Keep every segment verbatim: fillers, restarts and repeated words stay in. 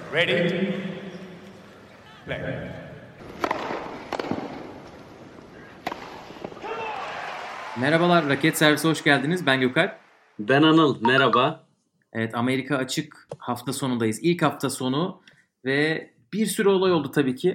Ready? Play. Merhabalar, Raket Servisi hoş geldiniz. Ben Gökalp. Ben Anıl, merhaba. Evet, Amerika Açık hafta sonundayız. İlk hafta sonu ve bir sürü olay oldu tabii ki.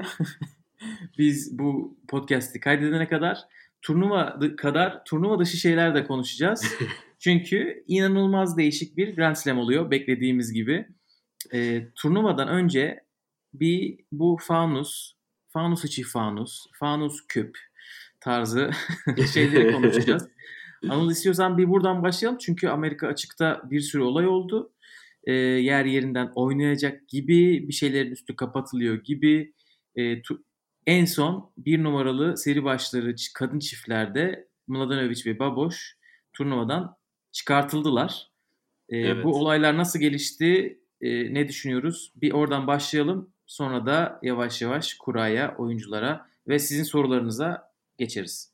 Biz bu podcast'i kaydedene kadar turnuva kadar turnuva dışı şeyler de konuşacağız. Çünkü inanılmaz değişik bir Grand Slam oluyor beklediğimiz gibi. E, turnuvadan önce bir bu fanus, fanus içi fanus, fanus küp tarzı şeyleri konuşacağız. Anıl istiyorsan bir buradan başlayalım. Çünkü Amerika Açık'ta bir sürü olay oldu. E, yer yerinden oynayacak gibi bir şeylerin üstü kapatılıyor gibi. E, tu- en son bir numaralı seri başları kadın çiftlerde Mladenovic ve Baboş turnuvadan çıkartıldılar. E, bu Evet. olaylar nasıl gelişti? E, ne düşünüyoruz? Bir oradan başlayalım. Sonra da yavaş yavaş kuraya, oyunculara ve sizin sorularınıza geçeriz.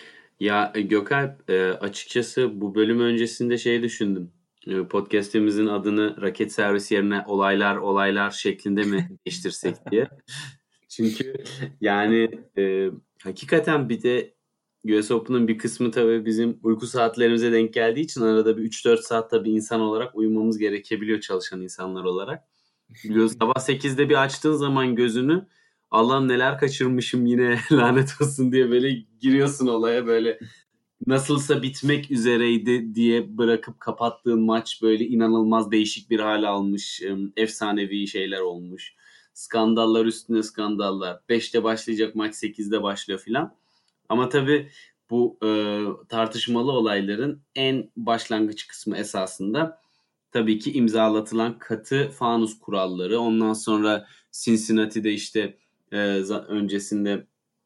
Ya e, Gökalp, e, açıkçası bu bölüm öncesinde şey düşündüm. E, Podcast'imizin adını Raket Servisi yerine olaylar olaylar şeklinde mi değiştirsek diye. Çünkü yani e, hakikaten bir de U S Open'ın bir kısmı tabii bizim uyku saatlerimize denk geldiği için arada bir üç dört saat tabii insan olarak uyumamız gerekebiliyor çalışan insanlar olarak. Biliyorsun sabah sekizde bir açtığın zaman gözünü Allah'ım neler kaçırmışım yine lanet olsun diye böyle giriyorsun olaya böyle nasılsa bitmek üzereydi diye bırakıp kapattığın maç böyle inanılmaz değişik bir hal almış. Efsanevi şeyler olmuş. Skandallar üstüne skandallar. beşte başlayacak maç sekizde başlıyor filan. Ama tabii bu e, tartışmalı olayların en başlangıç kısmı esasında tabii ki imzalatılan katı fanus kuralları. Ondan sonra Cincinnati'de işte e, öncesinde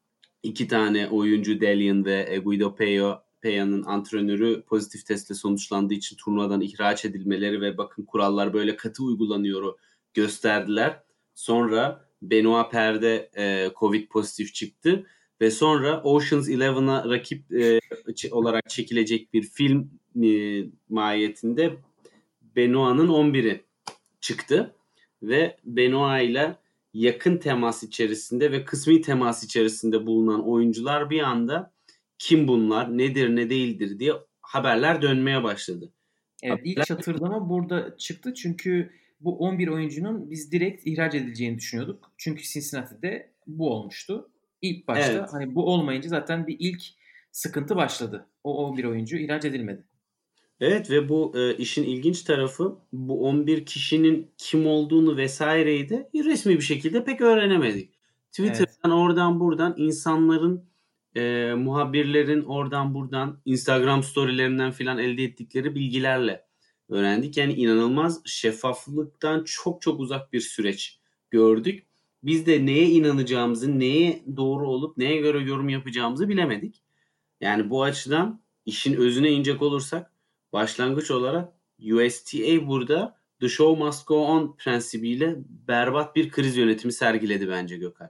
iki tane oyuncu Dalian ve Guido Peyo, Peyo'nun antrenörü pozitif testle sonuçlandığı için turnuvadan ihraç edilmeleri ve bakın kurallar böyle katı uygulanıyor gösterdiler. Sonra Benoit Paire e, Covid pozitif çıktı ve sonra Ocean's Eleven'a rakip e, olarak çekilecek bir film e, mahiyetinde Benoit'ın on biri çıktı ve Benoit ile yakın temas içerisinde ve kısmi temas içerisinde bulunan oyuncular bir anda kim bunlar, nedir, ne değildir diye haberler dönmeye başladı. Evet, ilk çatırdama burada çıktı çünkü bu on bir oyuncunun biz direkt ihraç edileceğini düşünüyorduk. Çünkü Cincinnati'de bu olmuştu. İlk başta Evet. hani bu olmayınca zaten bir ilk sıkıntı başladı. O on bir oyuncu ihraç edilmedi. Evet ve bu e, işin ilginç tarafı bu on bir kişinin kim olduğunu vesaireyi de resmi bir şekilde pek öğrenemedik. Evet. Twitter'dan oradan buradan insanların e, muhabirlerin oradan buradan Instagram storylerinden filan elde ettikleri bilgilerle öğrendik. Yani inanılmaz şeffaflıktan çok çok uzak bir süreç gördük. Biz de neye inanacağımızı, neye doğru olup neye göre yorum yapacağımızı bilemedik. Yani bu açıdan işin özüne inecek olursak başlangıç olarak U S T A burada The Show Must Go On prensibiyle berbat bir kriz yönetimi sergiledi bence Gökhan.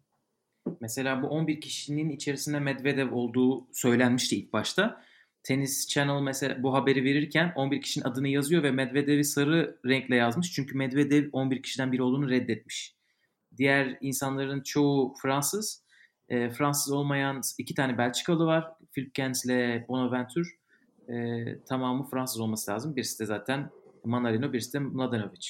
Mesela bu on bir kişinin içerisinde Medvedev olduğu söylenmişti ilk başta. Tennis Channel mesela bu haberi verirken on bir kişinin adını yazıyor ve Medvedev'i sarı renkle yazmış. Çünkü Medvedev on bir kişiden biri olduğunu reddetmiş. Diğer insanların çoğu Fransız. E, Fransız olmayan iki tane Belçikalı var. Philippe ile Bonaventure. E, tamamı Fransız olması lazım. Birisi de zaten Manarino, birisi de Mladenovic.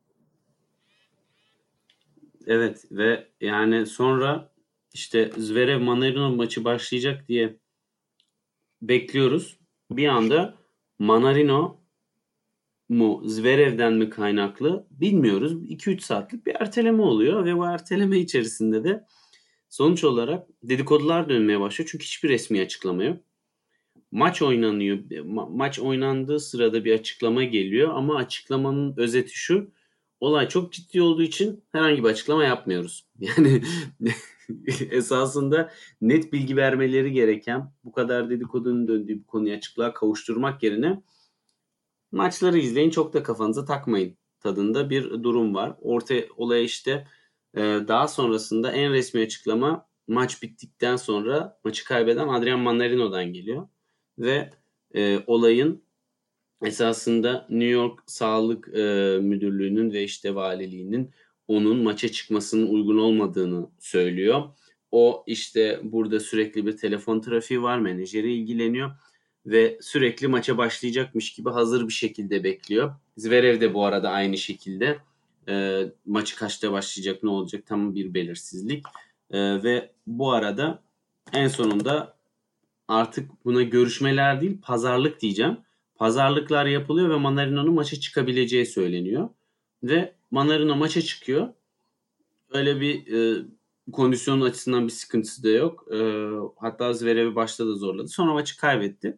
Evet ve yani sonra işte Zverev Manarino maçı başlayacak diye bekliyoruz. Bir anda Manarino mu Zverev'den mi kaynaklı bilmiyoruz. iki üç saatlik bir erteleme oluyor ve bu erteleme içerisinde de sonuç olarak dedikodular dönmeye başlıyor. Çünkü hiçbir resmi açıklama yok. Maç oynanıyor. Ma- maç oynandığı sırada bir açıklama geliyor ama açıklamanın özeti şu. Olay çok ciddi olduğu için herhangi bir açıklama yapmıyoruz. Yani esasında net bilgi vermeleri gereken bu kadar dedikodunun döndüğü bir konuyu açıklığa kavuşturmak yerine maçları izleyin çok da kafanıza takmayın tadında bir durum var. Orta olaya işte e, daha sonrasında en resmi açıklama maç bittikten sonra maçı kaybeden Adrian Manarino'dan geliyor. Ve e, olayın esasında New York Sağlık e, Müdürlüğü'nün ve işte valiliğinin onun maça çıkmasının uygun olmadığını söylüyor. O işte burada sürekli bir telefon trafiği var, menajeri ilgileniyor ve sürekli maça başlayacakmış gibi hazır bir şekilde bekliyor. Zverev de bu arada aynı şekilde. E, maçı kaçta başlayacak, ne olacak tam bir belirsizlik. E, ve bu arada en sonunda artık buna görüşmeler değil, pazarlık diyeceğim. Pazarlıklar yapılıyor ve Manarino'nun maça çıkabileceği söyleniyor. Ve Manarino maça çıkıyor. Öyle bir e, kondisyon açısından bir sıkıntısı da yok. E, hatta Zverev'i başta da zorladı. Sonra maçı kaybetti.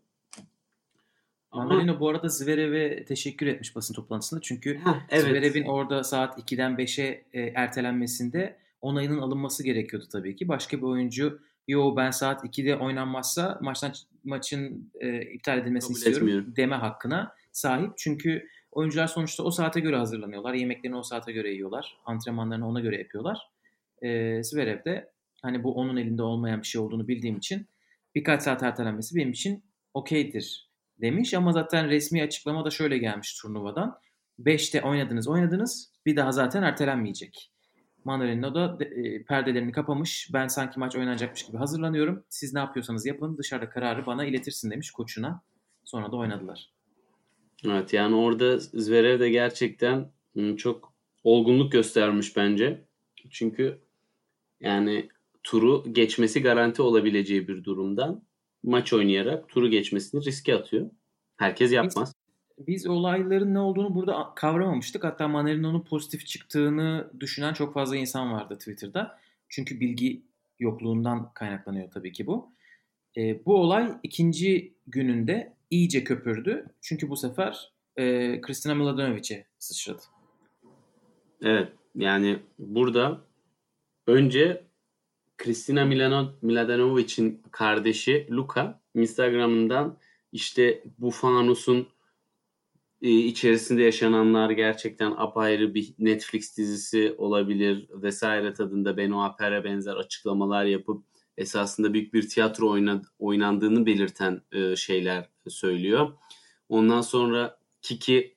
Ama Manarino bu arada Zverev'e teşekkür etmiş basın toplantısında. Çünkü Heh, evet. Zverev'in orada saat ikiden beşe e, ertelenmesinde onayının alınması gerekiyordu tabii ki. Başka bir oyuncu yo ben saat ikide oynanmazsa maçtan maçın e, iptal edilmesini Kabul istiyorum etmiyorum. deme hakkına sahip. Çünkü oyuncular sonuçta o saate göre hazırlanıyorlar. Yemeklerini o saate göre yiyorlar. Antrenmanlarını ona göre yapıyorlar. E, Zverev de hani bu onun elinde olmayan bir şey olduğunu bildiğim için birkaç saat ertelenmesi benim için okeydir demiş. Ama zaten resmi açıklama da şöyle gelmiş turnuvadan. beşte oynadınız oynadınız bir daha zaten ertelenmeyecek. Manarino da e, perdelerini kapamış. Ben sanki maç oynanacakmış gibi hazırlanıyorum. Siz ne yapıyorsanız yapın. Dışarıda kararı bana iletirsin demiş koçuna. Sonra da oynadılar. Evet, yani orada Zverev de gerçekten çok olgunluk göstermiş bence. Çünkü yani turu geçmesi garanti olabileceği bir durumdan maç oynayarak turu geçmesini riske atıyor. Herkes yapmaz. Biz, biz olayların ne olduğunu burada kavramamıştık. Hatta Manarino'nun pozitif çıktığını düşünen çok fazla insan vardı Twitter'da. Çünkü bilgi yokluğundan kaynaklanıyor tabii ki bu. E, bu olay ikinci gününde iyice köpürdü. Çünkü bu sefer e, Kristina Mladenovic'e sıçradı. Evet, yani burada önce Kristina Milano, Mladenovic'in kardeşi Luka Instagram'dan işte bu fanusun e, içerisinde yaşananlar gerçekten apayrı bir Netflix dizisi olabilir vesaire tadında Benoît Paire benzer açıklamalar yapıp esasında büyük bir tiyatro oyna, oynandığını belirten e, şeyler söylüyor. Ondan sonra Kiki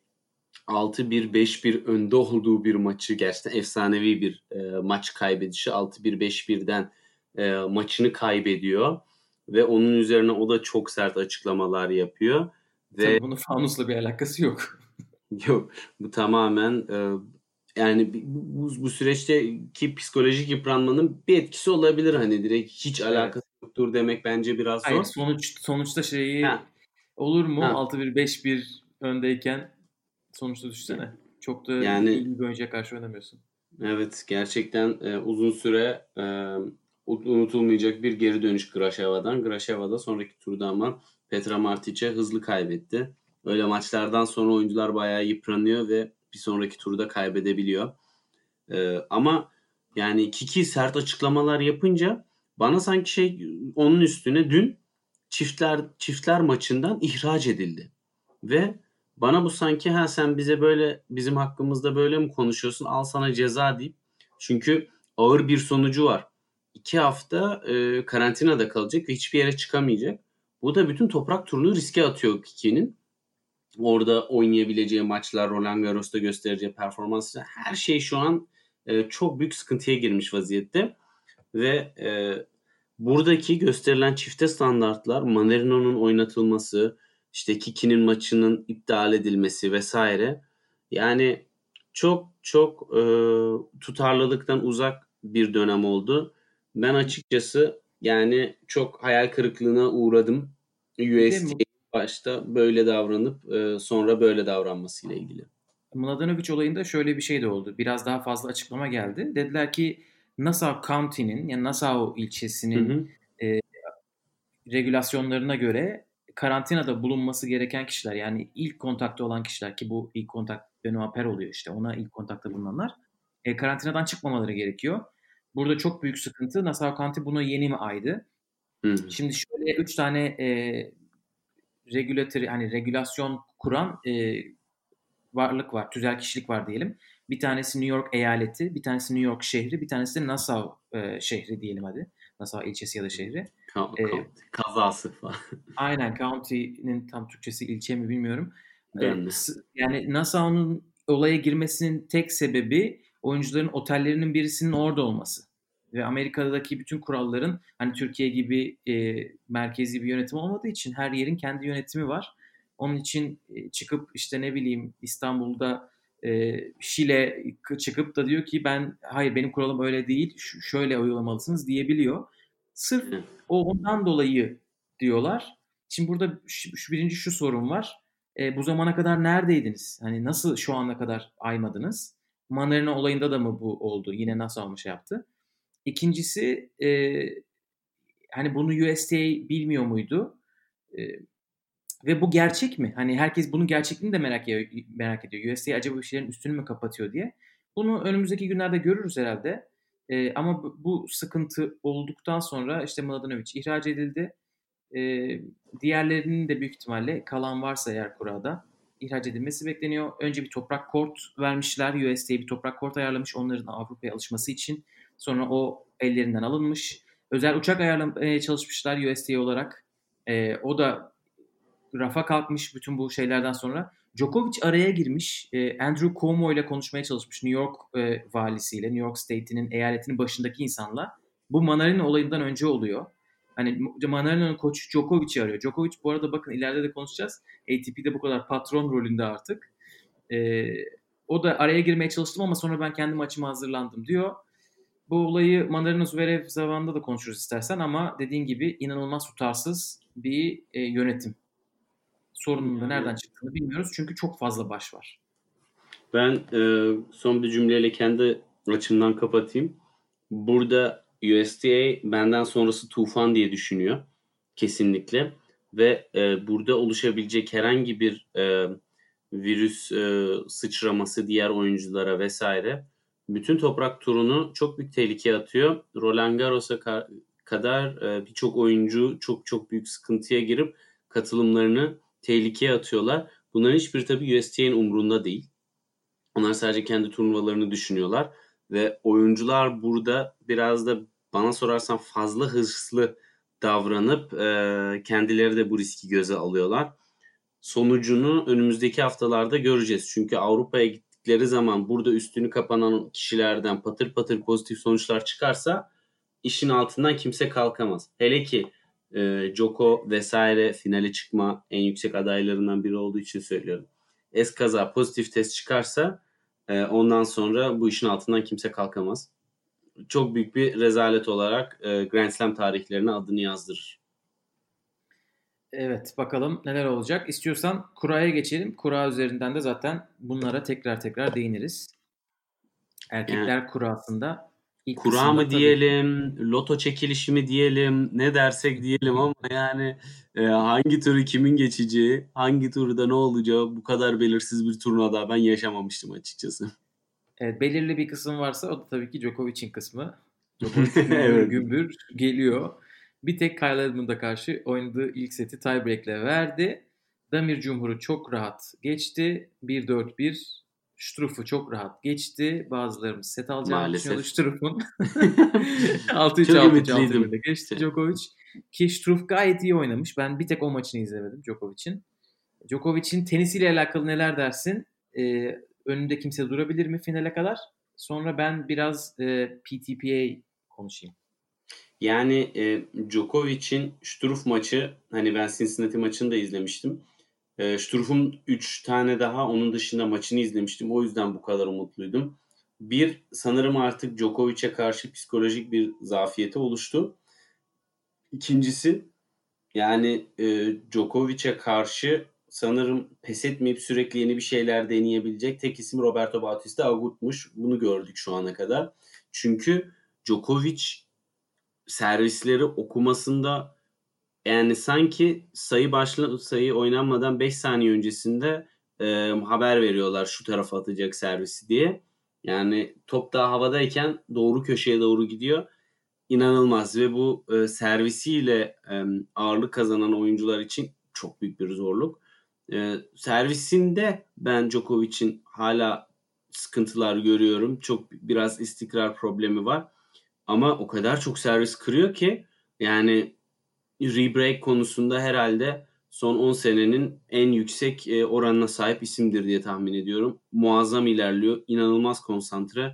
altı bir beş bir önde olduğu bir maçı gerçekten efsanevi bir e, maç kaybedişi. altı bir beş birden e, maçını kaybediyor ve onun üzerine o da çok sert açıklamalar yapıyor. Ve Tabii bunun fanusla bir alakası yok. yok, bu tamamen e, yani bu, bu süreçteki psikolojik yıpranmanın bir etkisi olabilir, hani direkt hiç alakası Evet. yoktur demek bence biraz Hayır zor. sonuç sonuçta şeyi Ha, olur mu? ha. altı bir beş bir öndeyken sonuçta düşsene. Çok da Yani iyi bir oyuncuya karşı oynamıyorsun. evet, gerçekten e, uzun süre e, unutulmayacak bir geri dönüş Grasheva'dan. Grasheva da sonraki turda ama Petra Martic'e hızlı kaybetti. Öyle maçlardan sonra oyuncular bayağı yıpranıyor ve bir sonraki turda kaybedebiliyor. E, ama yani Kiki sert açıklamalar yapınca bana sanki şey onun üstüne dün çiftler çiftler maçından ihraç edildi. Ve bana bu sanki ha sen bize böyle bizim hakkımızda böyle mi konuşuyorsun, al sana ceza deyip, çünkü ağır bir sonucu var. İki hafta e, karantinada kalacak ve hiçbir yere çıkamayacak. Bu da bütün toprak turunu riske atıyor Kiki'nin. Orada oynayabileceği maçlar, Roland Garros'ta göstereceği performanslar, her şey şu an e, çok büyük sıkıntıya girmiş vaziyette. Ve e, buradaki gösterilen çifte standartlar, Manarino'nun oynatılması, işte Kiki'nin maçının iptal edilmesi vesaire. Yani çok çok e, tutarlılıktan uzak bir dönem oldu. Ben açıkçası yani çok hayal kırıklığına uğradım. Bir de U S T başta böyle davranıp e, sonra böyle davranmasıyla ilgili. Mladenovic olayında şöyle bir şey de oldu. Biraz daha fazla açıklama geldi. Dediler ki Nassau County'nin yani Nassau Hı ilçesinin hı. e, regülasyonlarına göre karantinada bulunması gereken kişiler yani ilk kontakta olan kişiler ki bu ilk kontak Benoît Paire oluyor işte ona ilk kontakta bulunanlar e, karantinadan çıkmamaları gerekiyor. Burada çok büyük sıkıntı. Nassau County buna yeni mi aydı? Hı. Şimdi şöyle üç tane e, regülatör hani regülasyon kuran e, varlık var, tüzel kişilik var diyelim. Bir tanesi New York eyaleti, bir tanesi New York şehri, bir tanesi de Nassau e, şehri diyelim hadi. Nassau ilçesi ya da şehri. Ka- E, ka- kazası falan. aynen county'nin tam Türkçesi ilçe mi bilmiyorum. E, Ben de. s- yani Nassau'nun olaya girmesinin tek sebebi oyuncuların otellerinin birisinin orada olması ve Amerika'daki bütün kuralların hani Türkiye gibi e, merkezi bir yönetim olmadığı için her yerin kendi yönetimi var. Onun için e, çıkıp işte ne bileyim İstanbul'da e, Şile çıkıp da diyor ki ben hayır benim kuralım öyle değil ş- şöyle uygulamalısınız diyebiliyor. Sırf o ondan dolayı diyorlar. Şimdi burada şu, şu birinci şu sorun var. E, bu zamana kadar neredeydiniz? Hani nasıl şu ana kadar aymadınız? Manarino olayında da mı bu oldu? Yine nasıl almış yaptı? İkincisi e, hani bunu U S D A bilmiyor muydu? E, ve bu gerçek mi? Hani herkes bunun gerçekliğini de merak ediyor. Merak ediyor. U S D A acaba bir şeylerin üstünü mü kapatıyor diye. Bunu önümüzdeki günlerde görürüz herhalde. E, ama bu, bu sıkıntı olduktan sonra işte Mladenovic ihraç edildi. E, diğerlerinin de büyük ihtimalle kalan varsa eğer kurada ihraç edilmesi bekleniyor. Önce bir toprak kort vermişler. U S D A bir toprak kort ayarlamış onların Avrupa'ya alışması için. Sonra o ellerinden alınmış. Özel uçak ayarlamaya çalışmışlar U S D A olarak. E, o da rafa kalkmış bütün bu şeylerden sonra. Djokovic araya girmiş. E, Andrew Cuomo ile konuşmaya çalışmış. New York e, valisiyle, New York State'inin eyaletinin başındaki insanla. Bu Manarino olayından önce oluyor. Hani Manarino'nun koçu Djokovic'i arıyor. Djokovic bu arada bakın ileride de konuşacağız. A T P'de bu kadar patron rolünde artık. E, o da araya girmeye çalıştım ama sonra ben kendi maçıma hazırlandım diyor. Bu olayı Manarino Zverev zamanında da konuşuruz istersen ama dediğin gibi inanılmaz tutarsız bir e, yönetim. Sorunun da nereden çıktığını bilmiyoruz çünkü çok fazla baş var. Ben e, son bir cümleyle kendi açımdan kapatayım. Burada U S D A benden sonrası tufan diye düşünüyor. Kesinlikle. Ve e, burada oluşabilecek herhangi bir e, virüs e, sıçraması diğer oyunculara vesaire bütün toprak turunu çok büyük tehlikeye atıyor. Roland Garros'a ka- kadar e, birçok oyuncu çok çok büyük sıkıntıya girip katılımlarını tehlikeye atıyorlar. Bunların hiçbiri tabii U S D A'nın umurunda değil. Onlar sadece kendi turnuvalarını düşünüyorlar ve oyuncular burada biraz da bana sorarsan fazla hırslı davranıp e, kendileri de bu riski göze alıyorlar. Sonucunu önümüzdeki haftalarda göreceğiz. Çünkü Avrupa'ya gittikleri zaman burada üstünü kapanan kişilerden patır patır pozitif sonuçlar çıkarsa işin altından kimse kalkamaz. Hele ki e, Djoko vesaire finale çıkma en yüksek adaylarından biri olduğu için söylüyorum. Eskaza pozitif test çıkarsa e, ondan sonra bu işin altından kimse kalkamaz. Çok büyük bir rezalet olarak e, Grand Slam tarihlerine adını yazdırır. Evet bakalım neler olacak. İstiyorsan kuraya geçelim. Kura üzerinden de zaten bunlara tekrar tekrar değiniriz. Erkekler Yani, kurasında ilk kura kısımda mı tabii. diyelim, loto çekilişi mi diyelim, ne dersek diyelim ama yani e, hangi turu kimin geçeceği, hangi turda ne olacağı bu kadar belirsiz bir turnuvada ben yaşamamıştım açıkçası. Evet, belirli bir kısım varsa o da tabii ki Djokovic'in kısmı. Djokovic gümbür Evet. gümbür geliyor. Bir tek Kyle Edmund'a karşı oynadığı ilk seti tiebreak'le verdi. Damir Cumhur'u çok rahat geçti. bir dört bir. Struff'u çok rahat geçti. Bazılarımız set alacağını düşünüyordu Maalesef. Struff'un. altı üç Çok altı üç altı bir ümitliydim. ile geçti Şey, Djokovic. Ki Struff gayet iyi oynamış. Ben bir tek o maçını izlemedim Djokovic'in. Djokovic'in tenisiyle alakalı neler dersin? Ee, önünde kimse durabilir mi finale kadar? Sonra ben biraz e, P T P A konuşayım. Yani e, Djokovic'in Struff maçı, hani ben Cincinnati maçını da izlemiştim. E, Struff'un üç tane daha onun dışında maçını izlemiştim. O yüzden bu kadar umutluydum. Bir, sanırım artık Djokovic'e karşı psikolojik bir zafiyeti oluştu. İkincisi, yani e, Djokovic'e karşı sanırım pes etmeyip sürekli yeni bir şeyler deneyebilecek tek isim Roberto Bautista Agut'muş. Bunu gördük şu ana kadar. Çünkü Djokovic servisleri okumasında, yani sanki sayı başla sayı oynanmadan beş saniye öncesinde e, haber veriyorlar şu tarafa atacak servisi diye. Yani top daha havadayken doğru köşeye doğru gidiyor. İnanılmaz ve bu e, servisiyle e, ağırlık kazanan oyuncular için çok büyük bir zorluk. E, servisinde ben Djokovic'in hala sıkıntılar görüyorum. Çok biraz istikrar problemi var. Ama o kadar çok servis kırıyor ki yani rebreak konusunda herhalde son on senenin en yüksek oranına sahip isimdir diye tahmin ediyorum. Muazzam ilerliyor. İnanılmaz konsantre.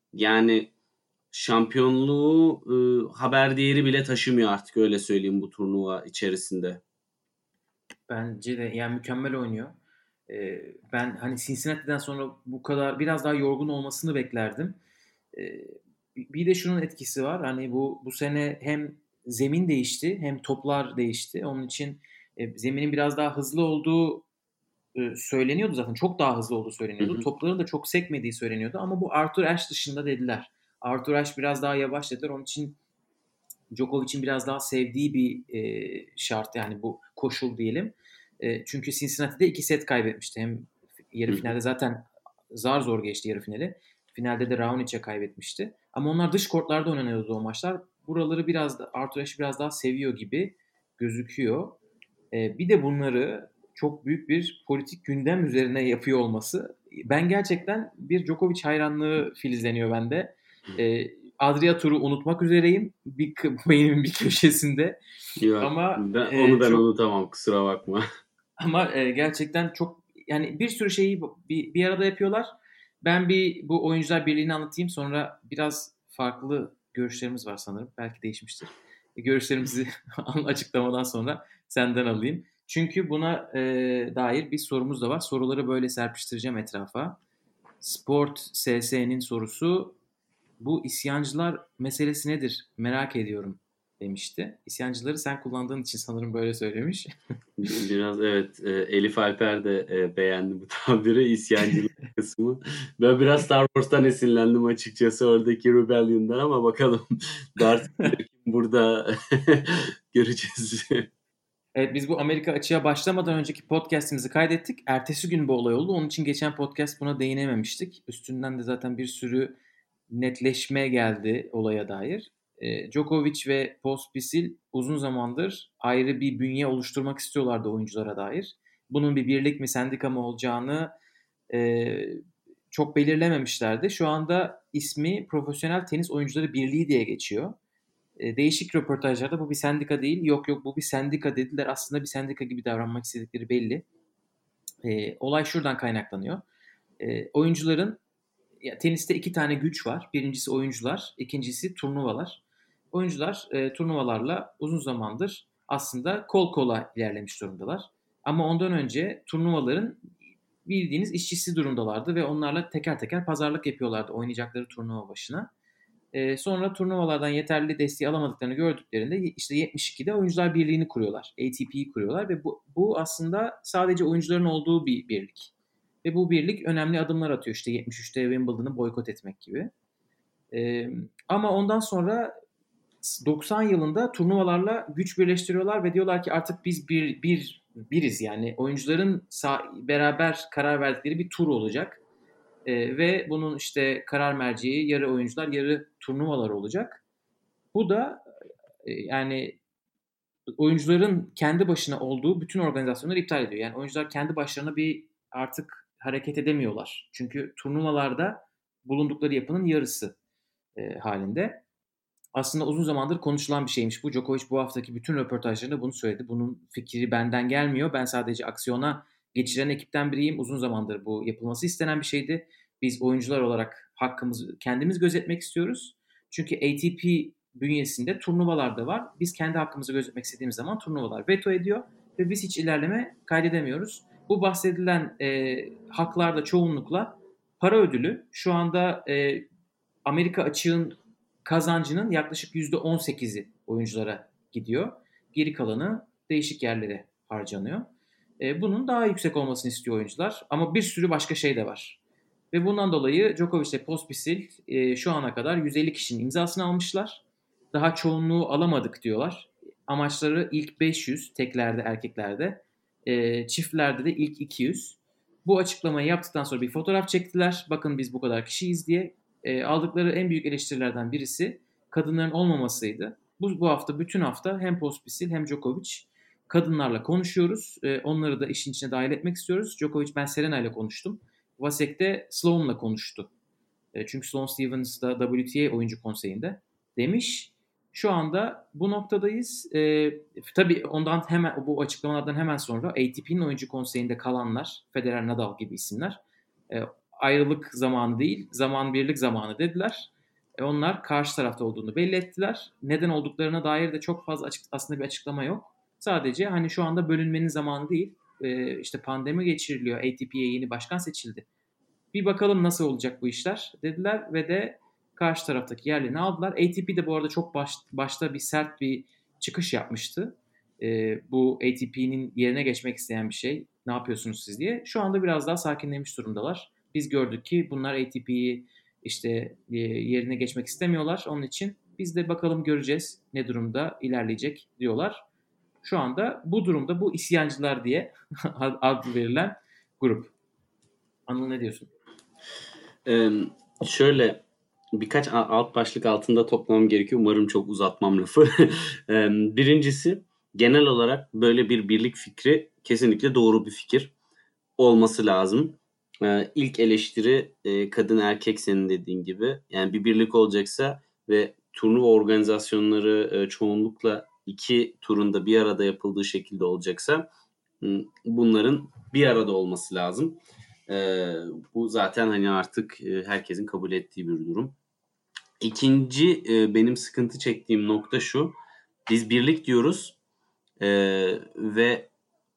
yani şampiyonluğu e, haber değeri bile taşımıyor artık, öyle söyleyeyim, bu turnuva içerisinde. Bence de yani mükemmel oynuyor. Ee, ben hani Cincinnati'den sonra bu kadar biraz daha yorgun olmasını beklerdim. Ee, bir de şunun etkisi var. Hani bu bu sene hem zemin değişti hem toplar değişti. Onun için e, zeminin biraz daha hızlı olduğu e, söyleniyordu zaten. Çok daha hızlı olduğu Hı söyleniyordu. hı. Topların da çok sekmediği söyleniyordu. Ama bu Arthur Ashe dışında dediler. Arthur Ashe biraz daha yavaş dediler. Onun için Djokovic'in biraz daha sevdiği bir e, şart yani bu koşul diyelim. E, çünkü Cincinnati'de iki set kaybetmişti. Hem yarı Hı hı. finalde zaten zar zor geçti yarı finali. Finalde de Raonic'e kaybetmişti. Ama onlar dış kortlarda oynanıyordu o maçlar. Buraları biraz da Arthur Ashe biraz daha seviyor gibi gözüküyor. E, bir de bunları çok büyük bir politik gündem üzerine yapıyor olması. Ben gerçekten bir Djokovic hayranlığı filizleniyor bende. E, Adria Tur'u unutmak üzereyim. Bir beynimin bir köşesinde. Yok, Ama ben, onu e, ben çok unutamam, kusura bakma. ama e, gerçekten çok yani bir sürü şeyi bir, bir arada yapıyorlar. Ben bir bu oyuncular birliğini anlatayım. Sonra biraz farklı görüşlerimiz var sanırım. Belki değişmiştir. E, görüşlerimizi açıklamadan sonra senden alayım. Çünkü buna e, dair bir sorumuz da var. Soruları böyle serpiştireceğim etrafa. Sport S S'nin sorusu bu isyancılar meselesi nedir? Merak ediyorum demişti. İsyancıları sen kullandığın için sanırım böyle söylemiş. Biraz evet, e, Elif Alper de e, beğendi bu tabiri, isyancılık kısmı. Ben biraz Star Wars'tan esinlendim açıkçası, oradaki Rebellion'dan, ama bakalım Darth Vader kim burada göreceğiz. Evet biz bu Amerika açığa başlamadan önceki podcast'imizi kaydettik. Ertesi gün bu olay oldu. Onun için geçen podcast buna değinememiştik. Üstünden de zaten bir sürü netleşme geldi olaya dair. E, Djokovic ve Pospisil uzun zamandır ayrı bir bünye oluşturmak istiyorlardı oyunculara dair. Bunun bir birlik mi sendika mı olacağını e, çok belirlememişlerdi. Şu anda ismi Profesyonel Tenis Oyuncuları Birliği diye geçiyor. E, değişik röportajlarda bu bir sendika değil, yok yok bu bir sendika dediler. Aslında bir sendika gibi davranmak istedikleri belli. E, olay şuradan kaynaklanıyor. E, oyuncuların ya, teniste iki tane güç var. Birincisi oyuncular, ikincisi turnuvalar. Oyuncular e, turnuvalarla uzun zamandır aslında kol kola ilerlemiş durumdalar. Ama ondan önce turnuvaların bildiğiniz işçisi durumdalardı ve onlarla teker teker pazarlık yapıyorlardı oynayacakları turnuva başına. Ee, sonra turnuvalardan yeterli desteği alamadıklarını gördüklerinde işte yetmiş ikide Oyuncular Birliği'ni kuruyorlar. A T P'yi kuruyorlar ve bu, bu aslında sadece oyuncuların olduğu bir birlik. Ve bu birlik önemli adımlar atıyor. İşte yetmiş üçte Wimbledon'ı boykot etmek gibi. Ee, ama ondan sonra doksan yılında turnuvalarla güç birleştiriyorlar ve diyorlar ki artık biz bir, bir biriz yani oyuncuların sağ, beraber karar verdikleri bir tur olacak. Ee, ve bunun işte karar merceği yarı oyuncular yarı turnuvalar olacak. Bu da e, yani oyuncuların kendi başına olduğu bütün organizasyonları iptal ediyor. Yani oyuncular kendi başlarına bir artık hareket edemiyorlar. Çünkü turnuvalarda bulundukları yapının yarısı e, halinde. Aslında uzun zamandır konuşulan bir şeymiş bu. Djokovic bu haftaki bütün röportajlarında bunu söyledi. Bunun fikri benden gelmiyor. Ben sadece aksiyona geçiren ekipten biriyim. Uzun zamandır bu yapılması istenen bir şeydi. Biz oyuncular olarak hakkımızı kendimiz gözetmek istiyoruz. Çünkü A T P bünyesinde turnuvalar da var. Biz kendi hakkımızı gözetmek istediğimiz zaman turnuvalar veto ediyor ve biz hiç ilerleme kaydedemiyoruz. Bu bahsedilen e, haklar da çoğunlukla para ödülü. Şu anda e, Amerika açığın kazancının yaklaşık yüzde on sekizi oyunculara gidiyor. Geri kalanı değişik yerlere harcanıyor. E, bunun daha yüksek olmasını istiyor oyuncular. Ama bir sürü başka şey de var. Ve bundan dolayı Djokovic ile Pospisil e, şu ana kadar yüz elli kişinin imzasını almışlar. Daha çoğunluğu alamadık diyorlar. Amaçları ilk beş yüz teklerde, erkeklerde. E, çiftlerde de ilk iki yüz. Bu açıklamayı yaptıktan sonra bir fotoğraf çektiler. Bakın biz bu kadar kişiyiz diye. E, aldıkları en büyük eleştirilerden birisi kadınların olmamasıydı. Bu, bu hafta bütün hafta hem Pospisil hem Djokovic kadınlarla konuşuyoruz. E, onları da işin içine dahil etmek istiyoruz. Djokovic ben Serena ile konuştum. Vasek'te Sloane'la konuştu. E, çünkü Sloane Stevens da W T A oyuncu konseyinde demiş. Şu anda bu noktadayız. E, tabii ondan hemen bu açıklamalardan hemen sonra A T P'nin oyuncu konseyinde kalanlar, Federer, Nadal gibi isimler e, ayrılık zamanı değil, zaman birlik zamanı dediler. E onlar karşı tarafta olduğunu belli ettiler. Neden olduklarına dair de çok fazla açık, aslında bir açıklama yok. Sadece hani şu anda bölünmenin zamanı değil. E, işte pandemi geçiriliyor. A T P'ye yeni başkan seçildi. Bir bakalım nasıl olacak bu işler dediler ve de karşı taraftaki yerlerini aldılar. A T P de bu arada çok baş, başta bir sert bir çıkış yapmıştı. E, bu A T P'nin yerine geçmek isteyen bir şey. Ne yapıyorsunuz siz diye. Şu anda biraz daha sakinlemiş durumdalar. Biz gördük ki bunlar A T P'yi işte e, yerine geçmek istemiyorlar. Onun için biz de bakalım göreceğiz ne durumda ilerleyecek diyorlar. Şu anda bu durumda bu isyancılar diye ad verilen grup. Anıl ne diyorsun? Ee, şöyle birkaç alt başlık altında toplamam gerekiyor. Umarım çok uzatmam lafı. Ee, birincisi, genel olarak böyle bir birlik fikri kesinlikle doğru bir fikir olması lazım. Ee, ilk eleştiri e, kadın erkek, senin dediğin gibi. Yani bir birlik olacaksa ve turnuva organizasyonları e, çoğunlukla iki turunda bir arada yapıldığı şekilde olacaksa bunların bir arada olması lazım. Ee, bu zaten hani artık e, herkesin kabul ettiği bir durum. İkinci e, benim sıkıntı çektiğim nokta şu. Biz birlik diyoruz e, ve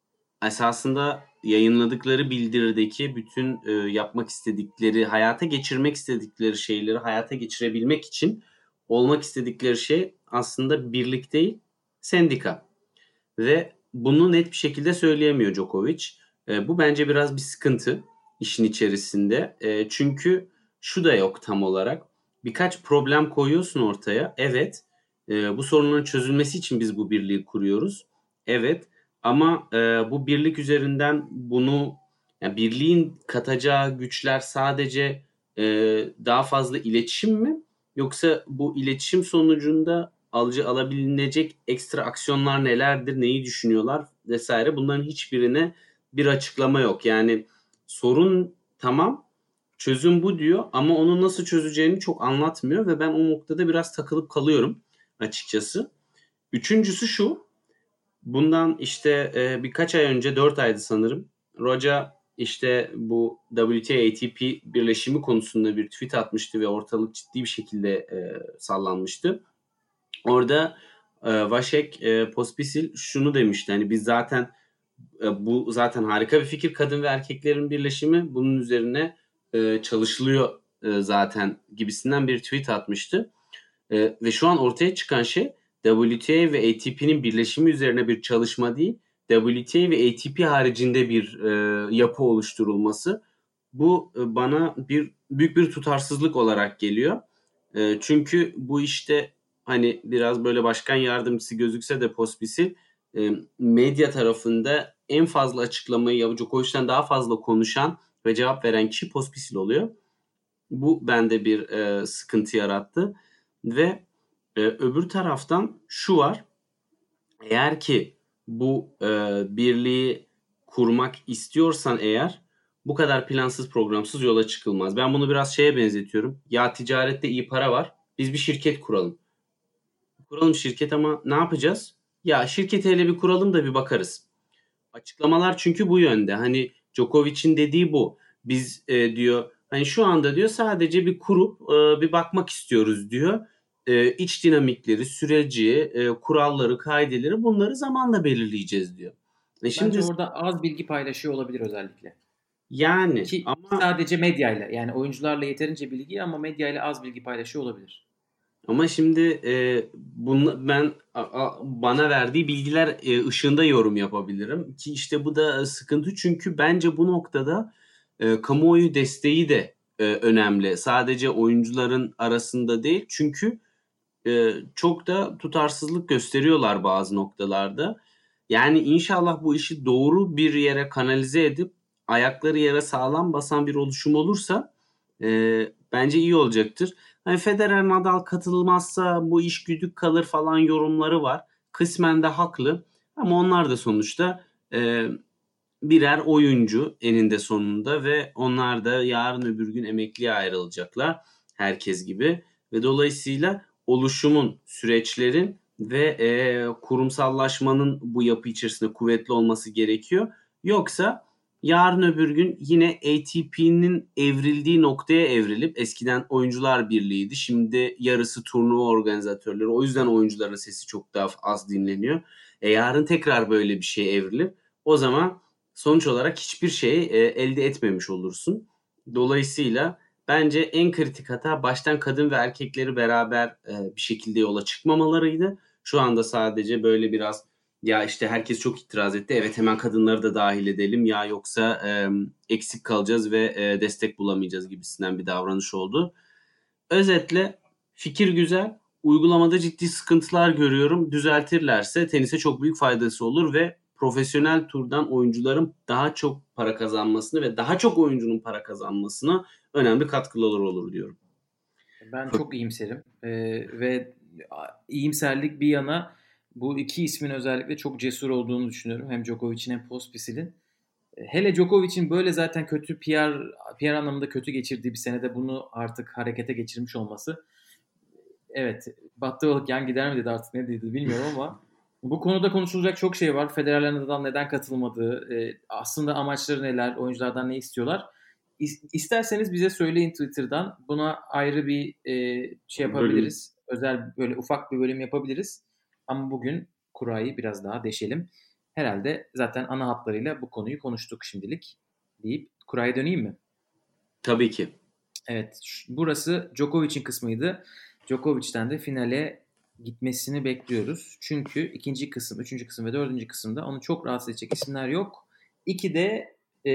esasında yayınladıkları bildirideki bütün e, yapmak istedikleri, hayata geçirmek istedikleri şeyleri hayata geçirebilmek için olmak istedikleri şey aslında birlik değil, sendika. Ve bunu net bir şekilde söyleyemiyor Djokovic. E, bu bence biraz bir sıkıntı işin içerisinde. E, çünkü şu da yok tam olarak. Birkaç problem koyuyorsun ortaya. Evet. E, bu sorunların çözülmesi için biz bu birliği kuruyoruz. Evet. Ama e, bu birlik üzerinden bunu, yani birliğin katacağı güçler sadece e, daha fazla iletişim mi? Yoksa bu iletişim sonucunda alıcı alabilecek ekstra aksiyonlar nelerdir, neyi düşünüyorlar vesaire, bunların hiçbirine bir açıklama yok. Yani sorun tamam, çözüm bu diyor ama onu nasıl çözeceğini çok anlatmıyor ve ben o noktada biraz takılıp kalıyorum açıkçası. Üçüncüsü şu, bundan işte e, birkaç ay önce, dört aydı sanırım, Roja işte bu W T A A T P birleşimi konusunda bir tweet atmıştı ve ortalık ciddi bir şekilde e, sallanmıştı. Orada e, Vasek e, Pospisil şunu demişti. Hani biz zaten e, bu zaten harika bir fikir, kadın ve erkeklerin birleşimi. Bunun üzerine e, çalışılıyor e, zaten gibisinden bir tweet atmıştı. E, ve şu an ortaya çıkan şey W T A ve A T P'nin birleşimi üzerine bir çalışma değil, W T A ve A T P haricinde bir e, yapı oluşturulması. Bu e, bana bir büyük bir tutarsızlık olarak geliyor. E, çünkü bu işte hani biraz böyle başkan yardımcısı gözükse de Pospisil e, medya tarafında en fazla açıklamayı yapıp Djokovic'ten daha fazla konuşan ve cevap veren kişi Pospisil oluyor. Bu bende bir e, sıkıntı yarattı. Ve e, öbür taraftan şu var. Eğer ki bu e, birliği kurmak istiyorsan eğer, bu kadar plansız programsız yola çıkılmaz. Ben bunu biraz şeye benzetiyorum. Ya ticarette iyi para var. Biz bir şirket kuralım. Kuralım şirket ama ne yapacağız? Ya şirketi hele bir kuralım da bir bakarız. Açıklamalar çünkü bu yönde. Hani Djokovic'in dediği bu. Biz e, diyor hani şu anda diyor sadece bir kurup e, bir bakmak istiyoruz diyor. E, iç dinamikleri, süreci, e, kuralları, kaideleri, bunları zamanla belirleyeceğiz diyor. E şimdi Bence orada az bilgi paylaşıyor olabilir özellikle. yani Ki ama sadece medyayla, yani oyuncularla yeterince bilgi ama medyayla az bilgi paylaşıyor olabilir. Ama şimdi e, bunu ben a, a, bana verdiği bilgiler e, ışığında yorum yapabilirim ki işte bu da sıkıntı, çünkü bence bu noktada e, kamuoyu desteği de e, önemli. Sadece oyuncuların arasında değil, çünkü e, çok da tutarsızlık gösteriyorlar bazı noktalarda. Yani inşallah bu işi doğru bir yere kanalize edip ayakları yere sağlam basan bir oluşum olursa e, bence iyi olacaktır. Hani Federer, Nadal katılmazsa bu iş güdük kalır falan yorumları var. Kısmen de haklı ama onlar da sonuçta e, birer oyuncu eninde sonunda ve onlar da yarın öbür gün emekliye ayrılacaklar herkes gibi ve dolayısıyla oluşumun, süreçlerin ve e, kurumsallaşmanın bu yapı içerisinde kuvvetli olması gerekiyor. Yoksa yarın öbür gün yine A T P'nin evrildiği noktaya evrilip eskiden oyuncular birliğiydi. Şimdi yarısı turnuva organizatörleri. O yüzden oyuncuların sesi çok daha az dinleniyor. E yarın tekrar böyle bir şey evrilip o zaman sonuç olarak hiçbir şey e, elde etmemiş olursun. Dolayısıyla bence en kritik hata baştan kadın ve erkekleri beraber e, bir şekilde yola çıkmamalarıydı. Şu anda sadece böyle biraz ya işte herkes çok itiraz etti. Evet hemen kadınları da dahil edelim ya yoksa e, eksik kalacağız ve e, destek bulamayacağız gibisinden bir davranış oldu. Özetle fikir güzel. Uygulamada ciddi sıkıntılar görüyorum. Düzeltirlerse tenise çok büyük faydası olur ve profesyonel turdan oyuncuların daha çok para kazanmasını ve daha çok oyuncunun para kazanmasına önemli katkıları olur diyorum. Ben çok iyimserim ee, ve iyimserlik bir yana bu iki ismin özellikle çok cesur olduğunu düşünüyorum. Hem Djokovic'in hem Pospisil'in. Hele Djokovic'in böyle zaten kötü P R P R anlamında kötü geçirdiği bir senede bunu artık harekete geçirmiş olması. Evet, battı balık yan gider mi dedi artık ne dedi bilmiyorum ama bu konuda konuşulacak çok şey var. Federer'den neden katılmadığı, e, aslında amaçları neler, oyunculardan ne istiyorlar. İsterseniz bize söyleyin Twitter'dan. Buna ayrı bir e, şey yapabiliriz. Özel böyle ufak bir bölüm yapabiliriz. Ama bugün kurayı biraz daha deşelim. Herhalde zaten ana hatlarıyla bu konuyu konuştuk şimdilik deyip kuraya döneyim mi? Tabii ki. Evet, burası Djokovic'in kısmıydı. Djokovic'ten de finale gitmesini bekliyoruz. Çünkü ikinci kısım, üçüncü kısım ve dördüncü kısımda onu çok rahatsız edecek isimler yok. İki de e,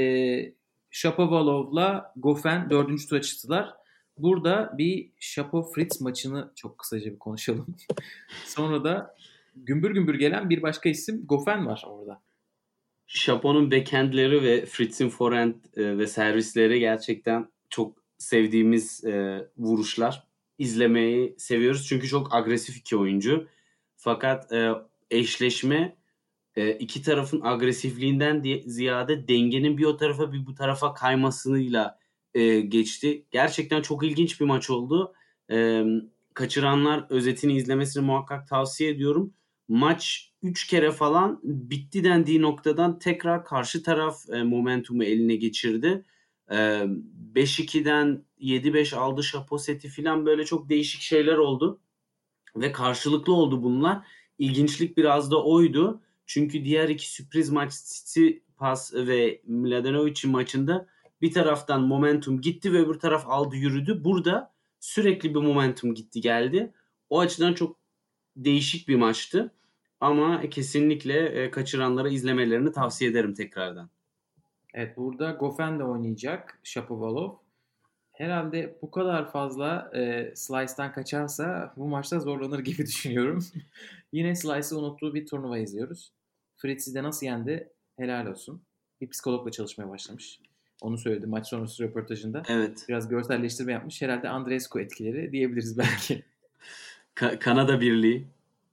Shapovalov'la Goffin dördüncü tura çıktılar. Burada bir Shapo-Fritz maçını çok kısaca bir konuşalım. Sonra da gümbür gümbür gelen bir başka isim Goffin var orada. Shapo'nun backhandleri ve Fritz'in forehand e, ve servisleri gerçekten çok sevdiğimiz e, vuruşlar. İzlemeyi seviyoruz çünkü çok agresif iki oyuncu. Fakat e, eşleşme e, iki tarafın agresifliğinden diye, ziyade dengenin bir o tarafa bir bu tarafa kaymasıyla e, geçti. Gerçekten çok ilginç bir maç oldu. E, kaçıranlar özetini izlemesini muhakkak tavsiye ediyorum. Maç üç kere falan bitti dendiği noktadan tekrar karşı taraf e, momentumu eline geçirdi. E, beş ikiden yedi beş aldı şapo seti falan böyle çok değişik şeyler oldu. Ve karşılıklı oldu bunlar. İlginçlik biraz da oydu. Çünkü diğer iki sürpriz maç Tsitsipas ve Mladenovic'in maçında bir taraftan momentum gitti ve öbür taraf aldı yürüdü. Burada sürekli bir momentum gitti geldi. O açıdan çok değişik bir maçtı. Ama kesinlikle kaçıranlara izlemelerini tavsiye ederim tekrardan. Evet, burada Goffin de oynayacak Shapovalov. Herhalde bu kadar fazla e, Slice'dan kaçarsa bu maçta zorlanır gibi düşünüyorum. Yine Slice'ı unuttuğu bir turnuva izliyoruz. Fritz'i de nasıl yendi? Helal olsun. Bir psikologla çalışmaya başlamış. Onu söyledi maç sonrası röportajında. Evet. Biraz görselleştirme yapmış. Herhalde Andreescu etkileri diyebiliriz belki. Ka- Kanada Birliği.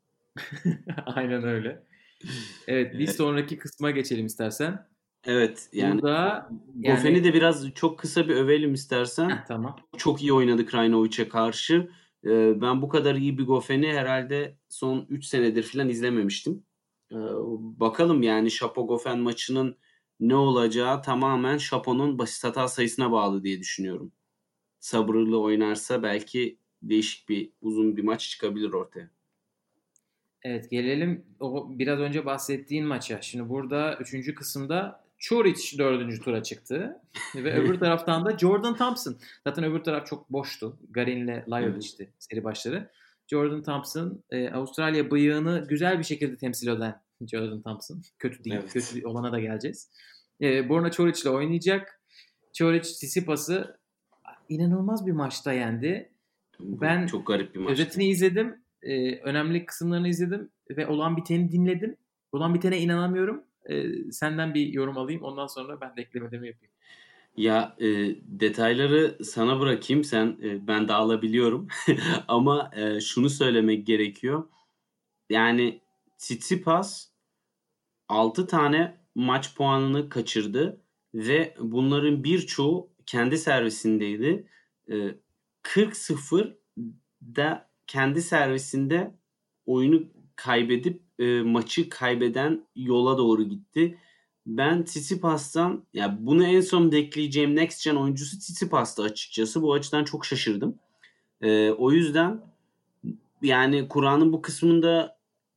Aynen öyle. Evet, bir sonraki kısma geçelim istersen. Evet yani Burada Goffen'i yani de biraz çok kısa bir övelim istersen. Heh, tamam. Çok iyi oynadı Krajinović'e karşı. Ee, ben bu kadar iyi bir Goffen'i herhalde son üç senedir falan izlememiştim. Ee, bakalım yani Şapo Goffen maçının ne olacağı tamamen Şapo'nun basit hata sayısına bağlı diye düşünüyorum. Sabırlı oynarsa belki değişik bir uzun bir maç çıkabilir ortaya. Evet, gelelim o biraz önce bahsettiğin maça. Şimdi burada üçüncü kısımda Čorić dördüncü tura çıktı. Ve öbür taraftan da Jordan Thompson. Zaten öbür taraf çok boştu. Garin'le Lajovic'ti seri başları. Jordan Thompson, e, Avustralya bıyığını güzel bir şekilde temsil eden Jordan Thompson. Kötü değil. Evet. Kötü olana da geleceğiz. E, Borna Čorić'le oynayacak. Čorić Tsitsipas'ı inanılmaz bir maçta yendi. Ben çok garip bir maçtı. Özetini izledim. Ee, önemli kısımlarını izledim ve olan biteni dinledim. Olan bitene inanamıyorum. Ee, senden bir yorum alayım. Ondan sonra ben de eklemelerimi yapayım. Ya e, detayları sana bırakayım. Sen e, ben dağılabiliyorum. Ama e, şunu söylemek gerekiyor. Yani Tsitsipas altı tane maç puanını kaçırdı ve bunların birçoğu kendi servisindeydi. E, kırk sıfır da kendi servisinde oyunu kaybedip e, maçı kaybeden yola doğru gitti. Ben Tsitsipas'tan ya bunu en son ekleyeceğim next gen oyuncusu Tsitsipas'tı açıkçası. Bu açıdan çok şaşırdım. Ee, o yüzden yani Kur'an'ın bu kısmında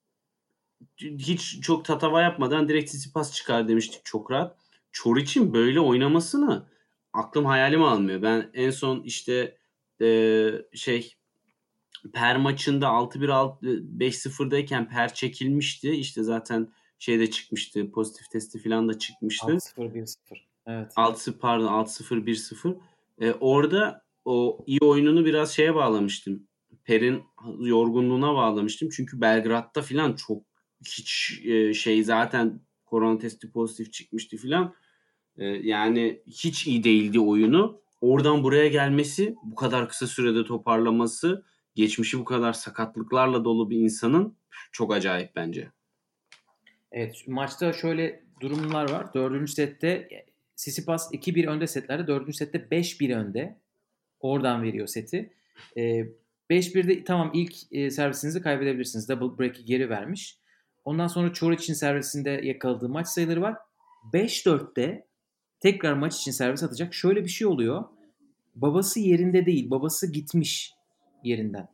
hiç çok tatava yapmadan direkt Tsitsipas çıkar demiştik çok rahat. Çoriç'in böyle oynamasını aklım hayalim almıyor. Ben en son işte e, şey Per maçında altı bir beş sıfırdayken Per çekilmişti. İşte zaten şeyde çıkmıştı. Pozitif testi falan da çıkmıştı. altı sıfır bir sıfır. Evet. altı pardon altı sıfır bir sıfır. Ee, orada o iyi oyununu biraz şeye bağlamıştım. Per'in yorgunluğuna bağlamıştım. Çünkü Belgrad'da falan çok hiç e, şey zaten korona testi pozitif çıkmıştı falan. Ee, yani hiç iyi değildi oyunu. Oradan buraya gelmesi, bu kadar kısa sürede toparlaması, geçmişi bu kadar sakatlıklarla dolu bir insanın çok acayip bence. Evet, maçta şöyle durumlar var. Dördüncü sette Tsitsipas iki bir önde setlerde. Dördüncü sette beş bir önde. Oradan veriyor seti. Ee, beş birde tamam ilk e, servisinizi kaybedebilirsiniz. Double break'i geri vermiş. Ondan sonra Çoriç'in servisinde yakaladığı maç sayıları var. beş dörtte tekrar maç için servis atacak. Şöyle bir şey oluyor. Babası yerinde değil. Babası gitmiş yerinden.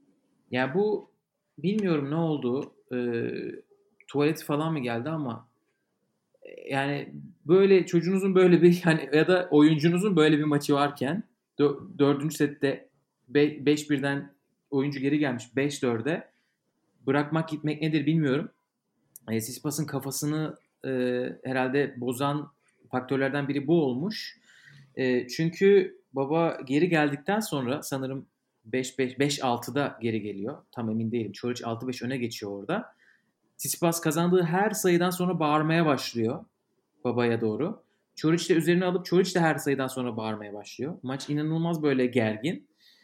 Ya bu bilmiyorum ne oldu. Ee, tuvaleti falan mı geldi ama e, yani böyle çocuğunuzun böyle bir yani ya da oyuncunuzun böyle bir maçı varken dö- dördüncü sette be- beş birden oyuncu geri gelmiş beş dörde bırakmak gitmek nedir bilmiyorum. E, Tsitsipas'ın kafasını e, herhalde bozan faktörlerden biri bu olmuş. E, çünkü baba geri geldikten sonra sanırım beş beş beş altıda geri geliyor. Tam emin değilim. Çoric altı beş öne geçiyor orada. Tsitsipas kazandığı her sayıdan sonra bağırmaya başlıyor babaya doğru. Çoric de üzerine alıp Çoric de her sayıdan sonra bağırmaya başlıyor. Maç inanılmaz böyle gergin.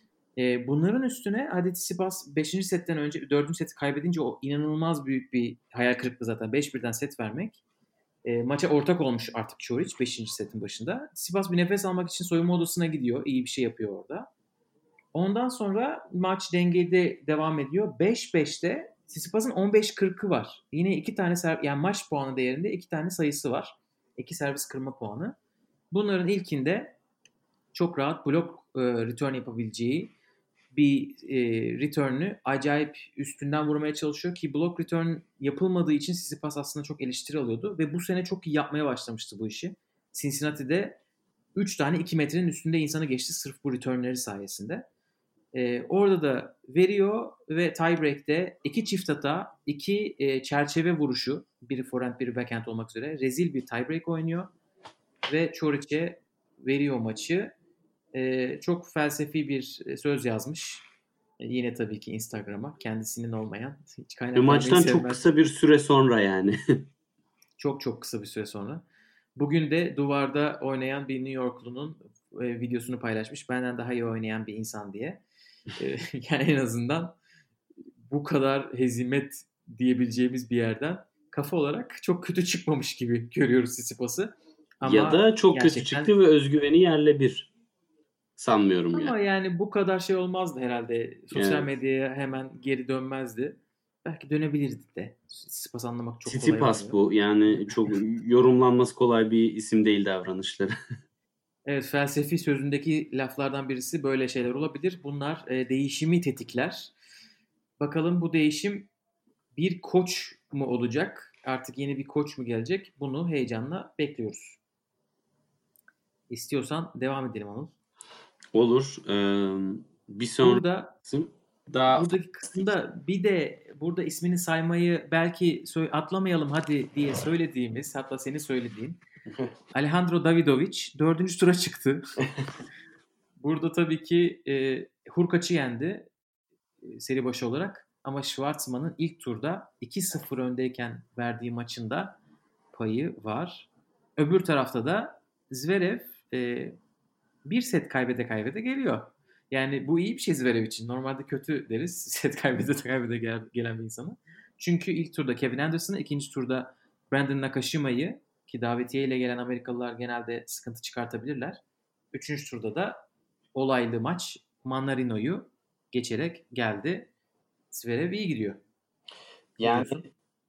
E, bunların üstüne hadi Tsitsipas beşinci setten önce dördüncü seti kaybedince o inanılmaz büyük bir hayal kırıklığı zaten. beş birden set vermek. E, maça ortak olmuş artık Çoric beşinci setin başında. Tsitsipas bir nefes almak için soyunma odasına gidiyor. İyi bir şey yapıyor orada. Ondan sonra maç dengede devam ediyor. beş beşte Tsitsipas'ın on beş kırkı var. Yine iki tane ser- yani maç puanı değerinde iki tane sayısı var. İki servis kırma puanı. Bunların ilkinde çok rahat blok e, return yapabileceği bir e, return'ü acayip üstünden vurmaya çalışıyor ki block return yapılmadığı için Tsitsipas aslında çok eleştiri alıyordu ve bu sene çok iyi yapmaya başlamıştı bu işi. Cincinnati'de üç tane iki metrenin üstünde insanı geçti sırf bu return'leri sayesinde. Ee, orada da veriyor ve tiebreak'te iki çift hata, iki e, çerçeve vuruşu, biri forehand biri backhand olmak üzere rezil bir tiebreak oynuyor ve Çoriç'e veriyor maçı. Ee, çok felsefi bir söz yazmış. Ee, yine tabii ki Instagram'a. Kendisinin olmayan. Hiç Ve kaynak vermeyi maçtan çok sevmez. kısa bir süre sonra yani. Çok çok kısa bir süre sonra. Bugün de duvarda oynayan bir New Yorklu'nun e, videosunu paylaşmış. Benden daha iyi oynayan bir insan diye. E, yani en azından bu kadar hezimet diyebileceğimiz bir yerden kafa olarak çok kötü çıkmamış gibi görüyoruz Tsitsipas'ı. Ya Ama da çok kötü gerçekten çıktı ve özgüveni yerle bir. Sanmıyorum yani. ama yani bu kadar şey olmazdı herhalde. Sosyal Evet. medyaya hemen geri dönmezdi. Belki dönebilirdi de. Tsitsipas anlamak çok kolay Tsitsipas olmuyor. bu. Yani çok yorumlanması kolay bir isim değil davranışları. Evet, felsefi sözündeki laflardan birisi böyle şeyler olabilir. Bunlar e, değişimi tetikler. Bakalım bu değişim bir koç mu olacak? Artık yeni bir koç mu gelecek? Bunu heyecanla bekliyoruz. İstiyorsan devam edelim Anıl. Olur. Ee, bir sonraki Burada isim daha buradaki kısımda bir de burada ismini saymayı belki sö- atlamayalım hadi diye söylediğimiz, hatta senin söylediğin Alejandro Davidovich dördüncü tura çıktı. Burada tabii ki e, Hurkaç'ı yendi e, seri başı olarak. Ama Schwartzman'ın ilk turda iki sıfır öndeyken verdiği maçında payı var. Öbür tarafta da Zverev e, bir set kaybede kaybede geliyor. Yani bu iyi bir şey Zverev için. Normalde kötü deriz set kaybede kaybede gel, gelen bir insana. Çünkü ilk turda Kevin Anderson'ı, ikinci turda Brandon Nakashima'yı ki davetiye ile gelen Amerikalılar genelde sıkıntı çıkartabilirler. Üçüncü turda da olaylı maç Mannarino'yu geçerek geldi. Zverev iyi gidiyor. Ne yani diyorsun?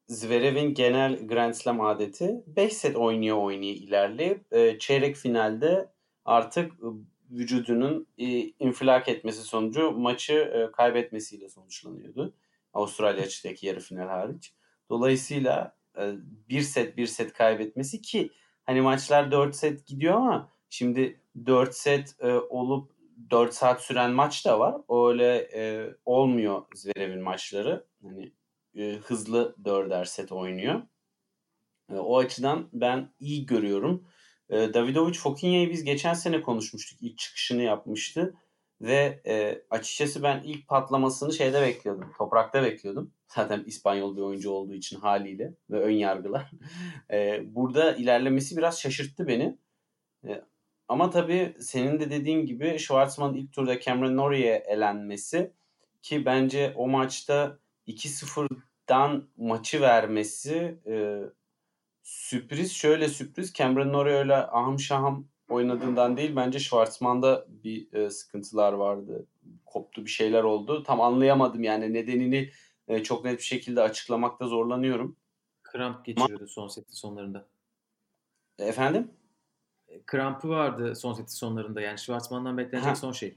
Zverev'in genel Grand Slam adeti beş set oynuyor oynaya ilerleyip e, çeyrek finalde artık e, vücudunun e, infilak etmesi sonucu maçı e, kaybetmesiyle sonuçlanıyordu. Avustralya açıktaki yarı final hariç. Dolayısıyla e, bir set bir set kaybetmesi ki hani maçlar dört set gidiyor ama şimdi dört set e, olup dört saat süren maç da var. Öyle e, olmuyor Zverev'in maçları. Hani e, hızlı dörder set oynuyor. E, o açıdan ben iyi görüyorum. E, Davidovich Fokinia'yı biz geçen sene konuşmuştuk. İlk çıkışını yapmıştı. Ve e, açıkçası ben ilk patlamasını şeyde bekliyordum. Toprakta bekliyordum. Zaten İspanyol bir oyuncu olduğu için haliyle ve ön yargılar. E, burada ilerlemesi biraz şaşırttı beni. E, ama tabii senin de dediğin gibi Schwartzman'ın ilk turda Cameron Norrie'ye elenmesi ki bence o maçta iki sıfırdan maçı vermesi e, sürpriz. Şöyle sürpriz. Cameron Norrie öyle ahım şahım oynadığından değil. Bence Schwartzman'da bir e, sıkıntılar vardı. Koptu bir şeyler oldu. Tam anlayamadım yani nedenini e, çok net bir şekilde açıklamakta zorlanıyorum. Kramp geçiriyordu son setin sonlarında. Efendim? Krampı vardı son setin sonlarında. Yani Schwartzman'dan beklenecek Ha, son şey.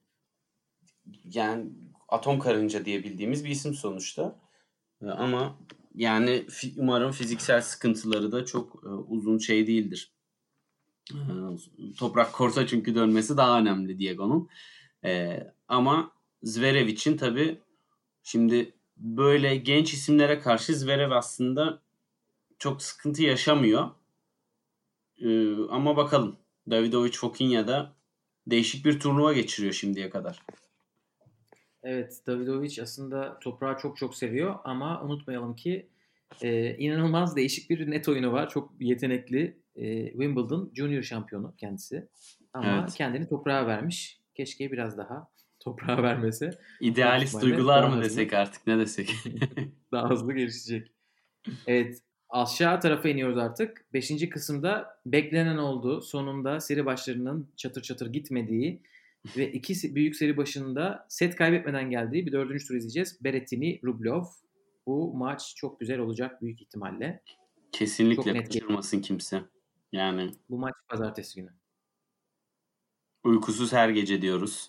yani atom karınca diye bildiğimiz bir isim sonuçta. E, Ama yani fi- umarım fiziksel sıkıntıları da çok e, uzun şey değildir. E, Toprak korsa çünkü dönmesi daha önemli Diego'nun. E, ama Zverev için tabii şimdi böyle genç isimlere karşı Zverev aslında çok sıkıntı yaşamıyor. E, ama bakalım. Davidovich Fokina da değişik bir turnuva geçiriyor şimdiye kadar. Evet, Davidovich aslında toprağı çok çok seviyor ama unutmayalım ki e, inanılmaz değişik bir net oyunu var. Çok yetenekli. E, Wimbledon Junior şampiyonu kendisi. Ama Evet. kendini toprağa vermiş. Keşke biraz daha toprağa vermese. Büyük İdealist ihtimalle duygular daha mı hızlı, desek artık ne desek. daha hızlı gelişecek. Evet, aşağı tarafa iniyoruz artık. Beşinci kısımda beklenen oldu. Sonunda seri başlarının çatır çatır gitmediği ve iki büyük seri başında set kaybetmeden geldiği bir dördüncü tur izleyeceğiz. Berrettini, Rublev. Bu maç çok güzel olacak büyük ihtimalle. Çok Kesinlikle net geliyor. kaçırmasın kimse. Yani Bu maç pazartesi günü. uykusuz her gece diyoruz.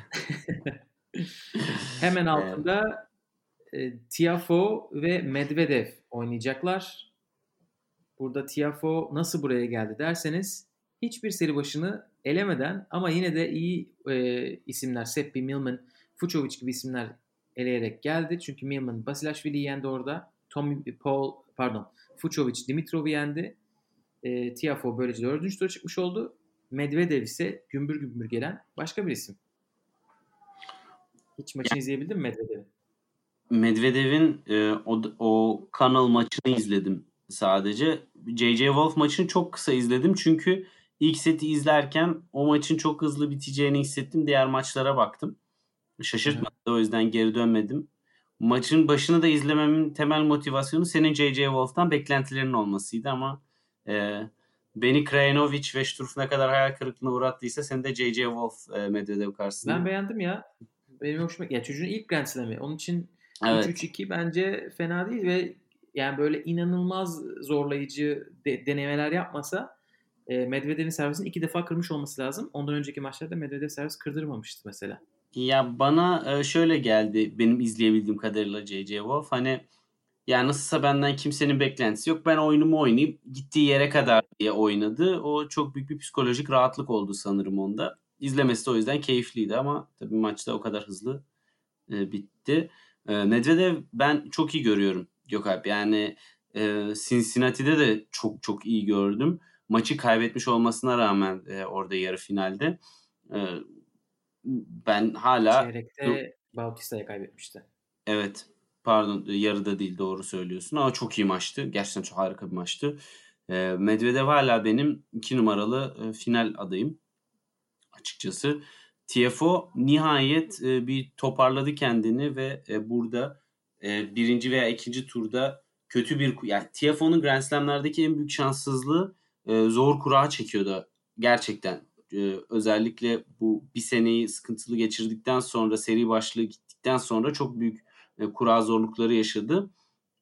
Hemen Ee, altında e, Tiafoe ve Medvedev oynayacaklar. Burada Tiafoe nasıl buraya geldi derseniz hiçbir seri başını elemeden ama yine de iyi e, isimler Seppi, Millman, Fucsovics gibi isimler eleyerek geldi. Çünkü Millman Basilashvili'yi yendi orada. Tommy Paul pardon Fucsovics Dimitrov'u yendi. E, Tiafoe böylece dördüncü tura çıkmış oldu. Medvedev ise gümbür gümbür gelen başka bir isim. Hiç maçını izleyebildin mi Medvedev'in? Medvedev'in e, o, o Kanal maçını izledim sadece. J J Wolf maçını çok kısa izledim çünkü ilk seti izlerken o maçın çok hızlı biteceğini hissettim. Diğer maçlara baktım. Şaşırtmadı, o yüzden geri dönmedim. Maçın başını da izlememin temel motivasyonu senin J J Wolf'tan beklentilerin olmasıydı ama e, beni Krajinovic ve Struff ne kadar hayal kırıklığına uğrattıysa sen de J J Wolf e, Medvedev Ben karşısında. beğendim ya. Benim hoşuma ya çocuğun ilk Grand Slam'i. Onun için Evet. üç üç iki bence fena değil ve yani böyle inanılmaz zorlayıcı de, denemeler yapmasa e, Medvedev'in servisini iki defa kırmış olması lazım. Ondan önceki maçlarda Medvedev servis kırdırmamıştı mesela. Ya bana e, şöyle geldi benim izleyebildiğim kadarıyla J J Wolf. Hani ya nasılsa benden kimsenin beklentisi yok. Ben oyunumu oynayıp gittiği yere kadar diye oynadı. O çok büyük bir psikolojik rahatlık oldu sanırım onda. İzlemesi de o yüzden keyifliydi ama tabii maçta o kadar hızlı e, bitti. E, Medvedev ben çok iyi görüyorum Gökalp. Yani e, Cincinnati'de de çok çok iyi gördüm. Maçı kaybetmiş olmasına rağmen e, orada yarı finalde. E, ben hala Çeyrekte Bautista'ya kaybetmişti. evet, pardon, yarıda değil, doğru söylüyorsun ama çok iyi maçtı. Gerçekten çok harika bir maçtı. E, Medvedev hala benim iki numaralı e, final adayım açıkçası. Tiafoe nihayet e, bir toparladı kendini ve e, burada e, birinci veya ikinci turda kötü bir yani Tiafoe'nun Grand Slam'lerdeki en büyük şanssızlığı e, zor kura çekiyordu gerçekten. E, özellikle bu bir seneyi sıkıntılı geçirdikten sonra seri başlığı gittikten sonra çok büyük e, kura zorlukları yaşadı.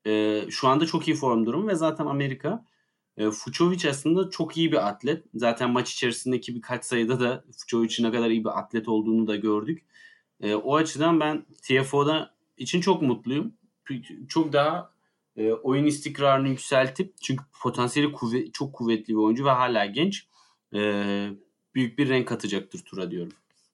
e, şu anda çok iyi form durum ve zaten Amerika. E, Fucsovics aslında çok iyi bir atlet. Zaten maç içerisindeki birkaç sayıda da Fucsovic'in ne kadar iyi bir atlet olduğunu da gördük. E, o açıdan ben T F O'da için çok mutluyum. Çok daha e, oyun istikrarını yükseltip, çünkü potansiyeli kuvvet, çok kuvvetli bir oyuncu ve hala genç. E, büyük bir renk katacaktır tura diyorum.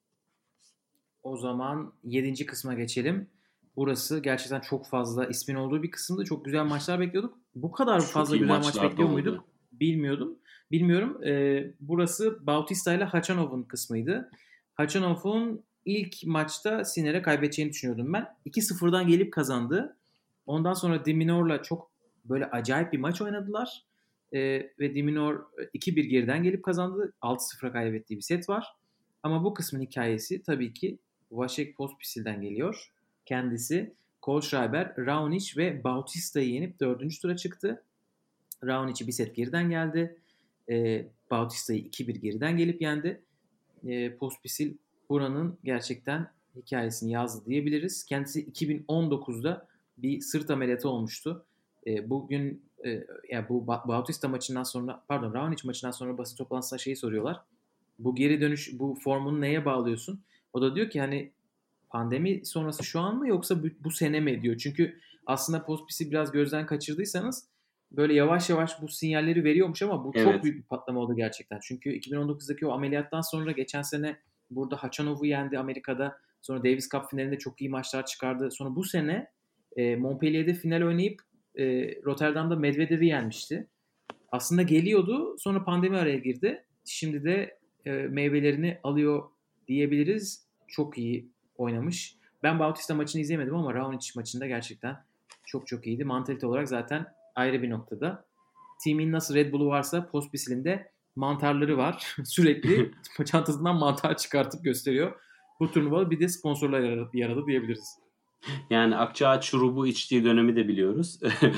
O zaman yedinci kısma geçelim. Burası gerçekten çok fazla ismin olduğu bir kısımdı. Çok güzel maçlar bekliyorduk. Bu kadar Çok fazla iyi güzel maç maçlar da bekliyor oldu. muyduk? Bilmiyordum. Bilmiyorum. Ee, burası Bautista ile Hachanov'un kısmıydı. Hachanov'un ilk maçta Sinner'e kaybedeceğini düşünüyordum ben. iki sıfırdan gelip kazandı. Ondan sonra de Minaur'la çok böyle acayip bir maç oynadılar. Ee, ve de Minaur iki bir geriden gelip kazandı. altı sıfıra kaybettiği bir set var. Ama bu kısmın hikayesi tabii ki Vasek Pospisil'den geliyor. Kendisi Kohlschreiber, Raonic ve Bautista'yı yenip dördüncü tura çıktı. Raonic'i bir set geriden geldi. E, Bautista'yı iki bir geriden gelip yendi. E, Pospisil buranın gerçekten hikayesini yazdı diyebiliriz. Kendisi iki bin on dokuzda bir sırt ameliyatı olmuştu. E, bugün e, yani bu Bautista maçından sonra, pardon Raonic maçından sonra basın toplantısında şeyi soruyorlar. Bu geri dönüş, bu formunu neye bağlıyorsun? O da diyor ki hani pandemi sonrası şu an mı yoksa bu, bu sene mi diyor. Çünkü aslında Pospisil'i biraz gözden kaçırdıysanız böyle yavaş yavaş bu sinyalleri veriyormuş ama bu Evet. çok büyük bir patlama oldu gerçekten. Çünkü iki bin on dokuzdaki o ameliyattan sonra geçen sene burada Hachanov'u yendi Amerika'da. Sonra Davis Cup finalinde çok iyi maçlar çıkardı. Sonra bu sene e, Montpellier'de final oynayıp e, Rotterdam'da Medvedev'i yenmişti. Aslında geliyordu. Sonra pandemi araya girdi. Şimdi de e, meyvelerini alıyor diyebiliriz. Çok iyi oynamış. Ben Bautista maçını izleyemedim ama Raonic maçında gerçekten çok çok iyiydi. Mantalite olarak zaten ayrı bir noktada. Team'in nasıl Red Bull'u varsa Pospisil'in de mantarları var. Sürekli çantasından mantar çıkartıp gösteriyor. Bu turnuva bir de sponsorlar yaradı, yaradı diyebiliriz. Yani Akçaağaç şurubu içtiği dönemi de biliyoruz.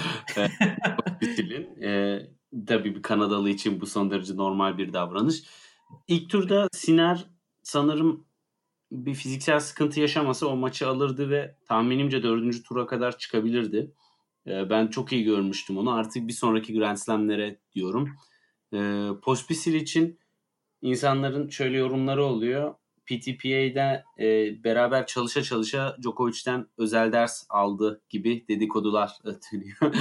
Pospisil'in. E, tabii bir Kanadalı için bu son derece normal bir davranış. İlk turda Sinner sanırım bir fiziksel sıkıntı yaşamasa o maçı alırdı ve tahminimce dördüncü tura kadar çıkabilirdi. Ben çok iyi görmüştüm onu. Artık bir sonraki Grand Slam'lere diyorum. Pospisil için insanların şöyle yorumları oluyor. P T P A'da e, beraber çalışa çalışa Djokovic'ten özel ders aldı gibi dedikodular dönüyor.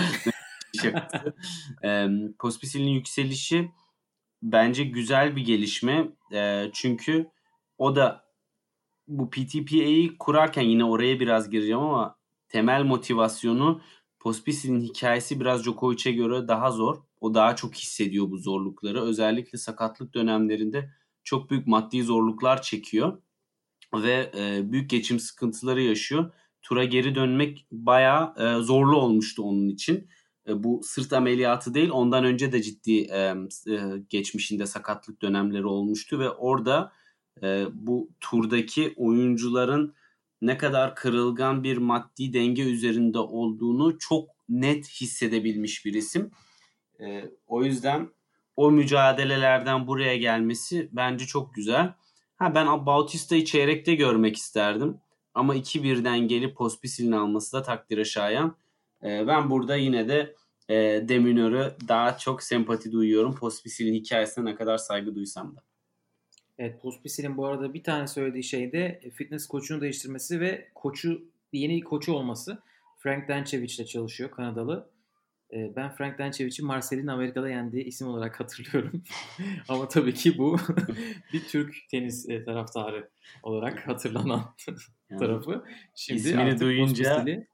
e, Pospisil'in yükselişi bence güzel bir gelişme. E, çünkü o da bu P T P A'yı kurarken, yine oraya biraz gireceğim ama temel motivasyonu, Pospisil'in hikayesi biraz Djokovic'e göre daha zor. O daha çok hissediyor bu zorlukları. Özellikle sakatlık dönemlerinde çok büyük maddi zorluklar çekiyor ve e, büyük geçim sıkıntıları yaşıyor. Tura geri dönmek bayağı e, zorlu olmuştu onun için. E, bu sırt ameliyatı değil, ondan önce de ciddi e, e, geçmişinde sakatlık dönemleri olmuştu ve orada e, bu turdaki oyuncuların ne kadar kırılgan bir maddi denge üzerinde olduğunu çok net hissedebilmiş bir isim. E, o yüzden o mücadelelerden buraya gelmesi bence çok güzel. Ha, ben Bautista'yı çeyrekte görmek isterdim. Ama iki birden gelip Pospisil'in alması da takdire şayan. E, ben burada yine de e, de Minaur'a daha çok sempati duyuyorum. Pospisil'in hikayesine ne kadar saygı duysam da. Evet, Pospisil'in bu arada bir tane söylediği şey de fitness koçunu değiştirmesi ve koçu yeni koçu olması. Frank Dancevic ile çalışıyor, Kanadalı. Ben Frank Dancevic'i Marcel'in Amerika'da yendiği isim olarak hatırlıyorum. Ama tabii ki bu bir Türk tenis taraftarı olarak hatırlanan yani, tarafı. Şimdi ismini artık duyunca Pospisil'i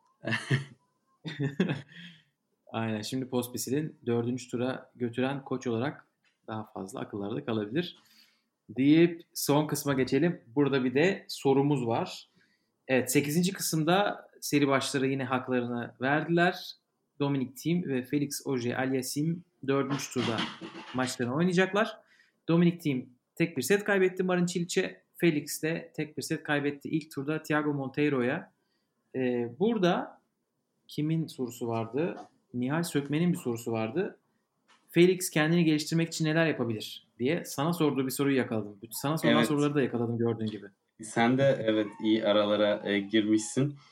aynen, şimdi Pospisil'in dördüncü tura götüren koç olarak daha fazla akıllarda kalabilir deyip son kısma geçelim. Burada bir de sorumuz var. Evet, sekizinci kısımda seri başları yine haklarını verdiler. Dominic Thiem ve Felix Auger-Aliassime dördüncü turda maçlarını oynayacaklar. Dominic Thiem tek bir set kaybetti Marin Cilić'e. Felix de tek bir set kaybetti ilk turda Thiago Monteiro'ya. Ee, burada kimin sorusu vardı? Nihal Sökmen'in bir sorusu vardı. Felix kendini geliştirmek için neler yapabilir diye sana sorduğu bir soruyu yakaladım. Sana sorulan evet. soruları da yakaladım gördüğün gibi. Sen de evet iyi aralara e, girmişsin.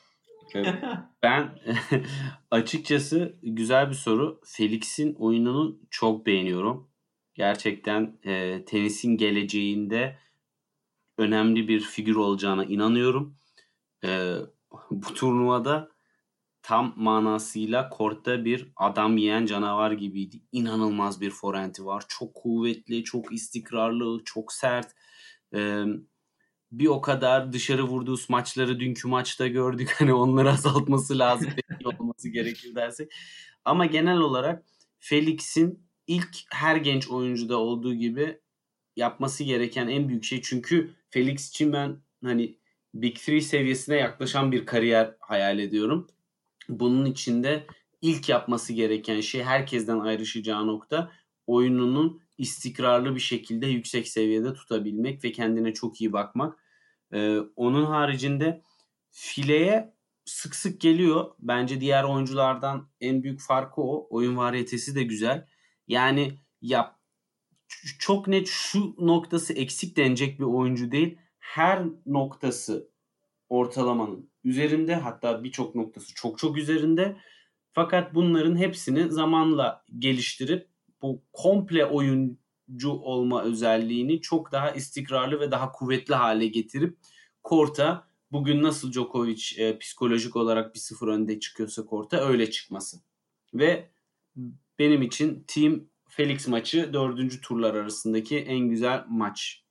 Ben açıkçası güzel bir soru. Felix'in oyununu çok beğeniyorum. Gerçekten e, tenisin geleceğinde önemli bir figür olacağına inanıyorum. E, bu turnuvada tam manasıyla kortta bir adam yiyen canavar gibiydi. İnanılmaz bir forehand'i var. Çok kuvvetli, çok istikrarlı, çok sert. E, bir o kadar dışarı vurduğu maçları dünkü maçta gördük. Hani onları azaltması lazım. olması gerekir dersek. Ama genel olarak Felix'in ilk her genç oyuncuda olduğu gibi yapması gereken en büyük şey. Çünkü Felix için ben hani Big Three seviyesine yaklaşan bir kariyer hayal ediyorum. Bunun içinde ilk yapması gereken şey, herkesten ayrışacağı nokta, oyununun istikrarlı bir şekilde yüksek seviyede tutabilmek ve kendine çok iyi bakmak. Ee, onun haricinde fileye sık sık geliyor. Bence diğer oyunculardan en büyük farkı o. Oyun varyetesi de güzel. Yani yap çok net şu noktası eksik denecek bir oyuncu değil. Her noktası ortalamanın üzerinde, hatta birçok noktası çok çok üzerinde. Fakat bunların hepsini zamanla geliştirip bu komple oyuncu olma özelliğini çok daha istikrarlı ve daha kuvvetli hale getirip korta bugün nasıl Djokovic e, psikolojik olarak bir sıfır önde çıkıyorsa korta öyle çıkması. Ve benim için Team Felix maçı dördüncü turlar arasındaki en güzel maç.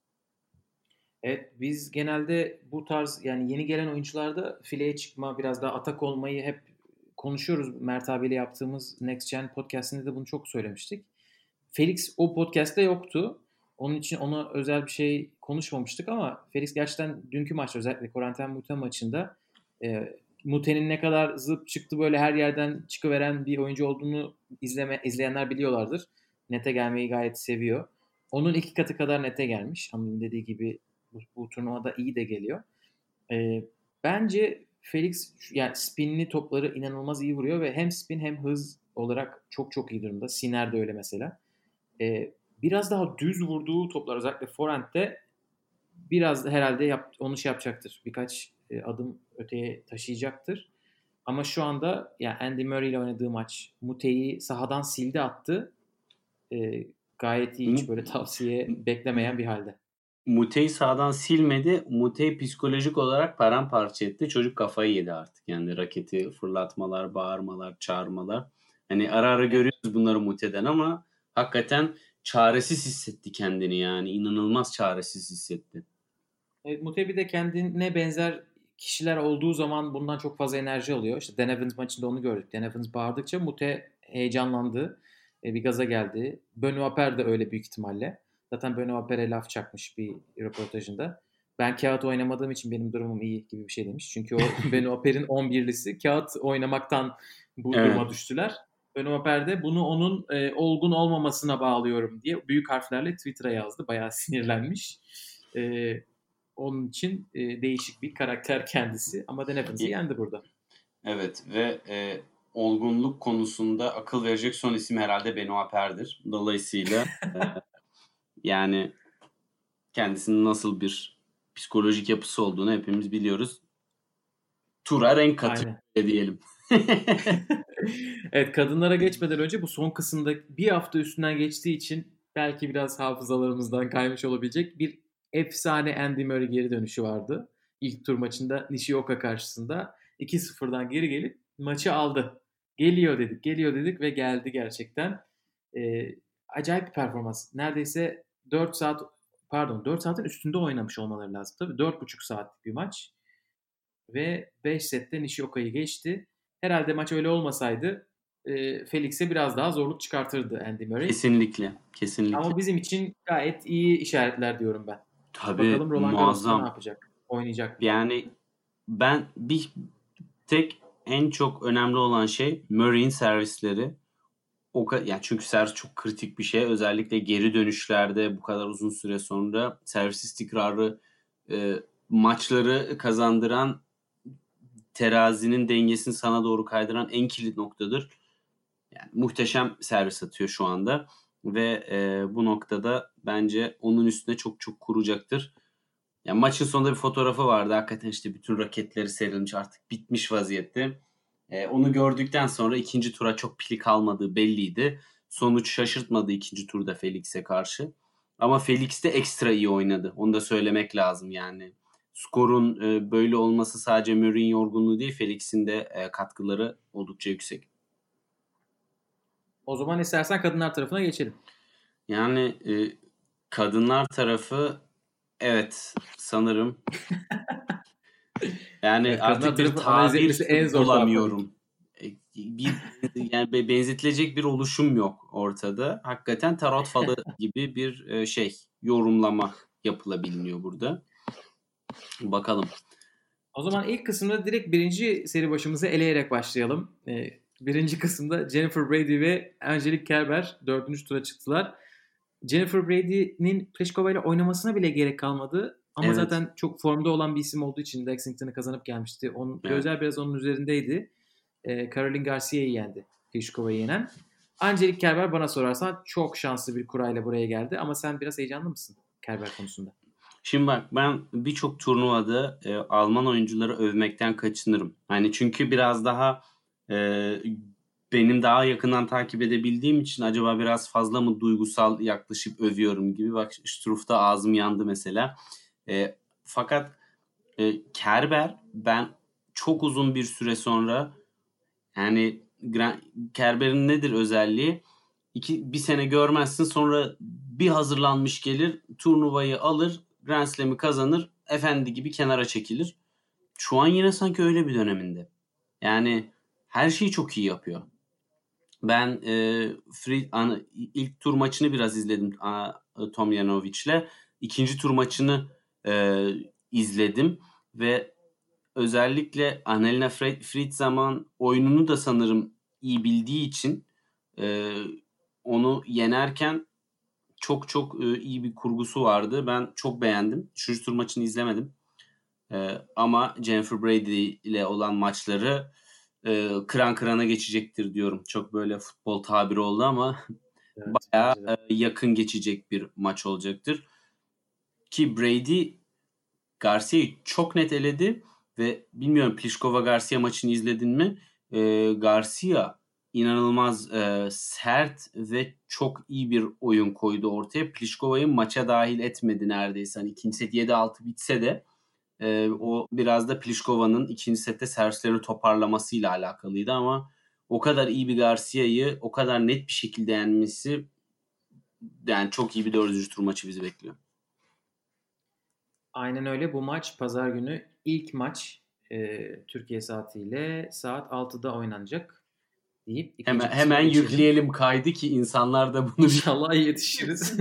Evet, biz genelde bu tarz yani yeni gelen oyuncularda fileye çıkma, biraz daha atak olmayı hep konuşuyoruz. Mert abiyle yaptığımız Next Gen podcastinde de bunu çok söylemiştik. Felix o podcast'te yoktu. Onun için ona özel bir şey konuşmamıştık ama Felix gerçekten dünkü maç, özellikle Corentin Moutet maçında e, Moutet'in ne kadar zıp çıktı böyle her yerden çıkıveren bir oyuncu olduğunu izleme, izleyenler biliyorlardır. Nete gelmeyi gayet seviyor. Onun iki katı kadar nete gelmiş. Ama dediği gibi bu, bu turnuvada iyi de geliyor. E, bence Felix yani spinli topları inanılmaz iyi vuruyor ve hem spin hem hız olarak çok çok iyi durumda. Sinner de öyle mesela. E, biraz daha düz vurduğu toplar, özellikle forehand'de biraz da herhalde yap, onu şey yapacaktır. Birkaç e, adım öteye taşıyacaktır. Ama şu anda yani Andy Murray ile oynadığı maç Mute'yi sahadan sildi attı. E, gayet iyi, hiç böyle tavsiye beklemeyen bir halde. Mute'yi sağdan silmedi. Mute'yi psikolojik olarak paramparça etti. Çocuk kafayı yedi artık. Yani raketi fırlatmalar, bağırmalar, çağırmalar. Hani ara ara görüyoruz bunları Mute'den ama hakikaten çaresiz hissetti kendini yani. İnanılmaz çaresiz hissetti. Evet, Mute bir de kendine benzer kişiler olduğu zaman bundan çok fazla enerji alıyor. İşte Dan Evans maçında onu gördük. Dan Evans bağırdıkça Mute heyecanlandı. E, bir gaza geldi. Benoît Paire de öyle büyük ihtimalle. Zaten Benoît Paire'e laf çakmış bir röportajında. Ben kağıt oynamadığım için benim durumum iyi gibi bir şey demiş. Çünkü o Benoît Paire'in on birlisi kağıt oynamaktan bu Evet. duruma düştüler. Benoît Paire de bunu onun e, olgun olmamasına bağlıyorum diye büyük harflerle Twitter'a yazdı. Bayağı sinirlenmiş. E, onun için e, değişik bir karakter kendisi. Ama Dan Evans'ı yendi burada. Evet ve e, olgunluk konusunda akıl verecek son isim herhalde Benoît Paire'dir. Dolayısıyla e, yani kendisinin nasıl bir psikolojik yapısı olduğunu hepimiz biliyoruz. Tura renk katıyor diyelim. Evet, kadınlara geçmeden önce bu son kısımda bir hafta üstünden geçtiği için belki biraz hafızalarımızdan kaymış olabilecek bir efsane Andy Murray geri dönüşü vardı. İlk tur maçında Nishioka karşısında iki sıfırdan geri gelip maçı aldı. Geliyor dedik, geliyor dedik ve geldi gerçekten. Ee, acayip bir performans. Neredeyse dört saat, pardon dört saatin üstünde oynamış olmaları lazım. Tabii dört buçuk saatlik bir maç. Ve beş sette Nishioka'yı geçti. Herhalde maç öyle olmasaydı e, Felix'e biraz daha zorluk çıkartırdı Andy Murray. Kesinlikle. Kesinlikle. Ama bizim için gayet iyi işaretler diyorum ben. Tabii, bakalım Roland Garros'ta ne yapacak? Oynayacak mı? Yani ben bir tek en çok önemli olan şey Murray'in servisleri. O kadar, yani çünkü servis çok kritik bir şey. Özellikle geri dönüşlerde bu kadar uzun süre sonra servis istikrarı e, maçları kazandıran, terazinin dengesini sana doğru kaydıran en kilit noktadır. Yani muhteşem servis atıyor şu anda ve e, bu noktada bence onun üstüne çok çok kuracaktır. Yani maçın sonunda bir fotoğrafı vardı. Hakikaten işte bütün raketleri serilmiş, artık bitmiş vaziyette. E, onu gördükten sonra ikinci tura çok pili kalmadığı belliydi. Sonuç şaşırtmadı ikinci turda Felix'e karşı. Ama Felix de ekstra iyi oynadı. Onu da söylemek lazım yani. Skorun e, böyle olması sadece Murray'in yorgunluğu değil, Felix'in de e, katkıları oldukça yüksek. O zaman istersen kadınlar tarafına geçelim. Yani e, kadınlar tarafı, evet sanırım. Yani Evet, artık bir analiz etmesi tabir en zor bulamıyorum. E, Bir yani benzetilecek bir oluşum yok ortada. Hakikaten tarot falı gibi bir e, şey, yorumlama yapılabiliyor burada. Bakalım. O zaman ilk kısımda direkt birinci seri başımızı eleyerek başlayalım. Ee, birinci kısımda Jennifer Brady ve Angelique Kerber dördüncü tura çıktılar. Jennifer Brady'nin Pliskova ile oynamasına bile gerek kalmadı. Ama Evet. zaten çok formda olan bir isim olduğu için Lexington'ı kazanıp gelmişti. Onun, Evet. Gözler biraz onun üzerindeydi. Ee, Caroline Garcia'yı yendi. Pliskova'yı yenen. Angelique Kerber bana sorarsan çok şanslı bir kurayla buraya geldi. Ama sen biraz heyecanlı mısın Kerber konusunda? Şimdi bak, ben birçok turnuvada e, Alman oyuncuları övmekten kaçınırım. Hani çünkü biraz daha e, benim daha yakından takip edebildiğim için acaba biraz fazla mı duygusal yaklaşıp övüyorum gibi. Bak, Struff'ta ağzım yandı mesela. E, fakat e, Kerber, ben çok uzun bir süre sonra, yani Gran- Kerber'in nedir özelliği? İki, bir sene görmezsin, sonra bir hazırlanmış gelir, turnuvayı alır, Grand Slam'i kazanır, efendi gibi kenara çekilir. Şu an yine sanki öyle bir döneminde. Yani her şeyi çok iyi yapıyor. Ben e, free, an, ilk tur maçını biraz izledim a, Tomjanovic'le. İkinci tur maçını e, izledim ve özellikle Annalena Fritz zaman oyununu da sanırım iyi bildiği için e, onu yenerken çok çok e, iyi bir kurgusu vardı. Ben çok beğendim. Üçüncü tur maçını izlemedim. E, ama Jennifer Brady ile olan maçları e, kıran kırana geçecektir diyorum. Çok böyle futbol tabiri oldu ama Evet, bayağı e, yakın geçecek bir maç olacaktır. Ki Brady Garcia'yı çok net eledi ve bilmiyorum, Pliskova Garcia maçını izledin mi? E, Garcia inanılmaz e, sert ve çok iyi bir oyun koydu ortaya. Pliskova'yı maça dahil etmedi neredeyse. Hani ikinci set yedi altı bitse de e, o biraz da Pliskova'nın ikinci sette servislerini toparlamasıyla alakalıydı ama o kadar iyi bir Garcia'yı o kadar net bir şekilde yenmesi, yani çok iyi bir dördüncü tur maçı bizi bekliyor. Aynen öyle. Bu maç pazar günü ilk maç e, Türkiye saatiyle saat altıda oynanacak deyip ikinci Hemen, kısma hemen geçelim. yükleyelim kaydı ki insanlar da bunu İnşallah yetişiriz.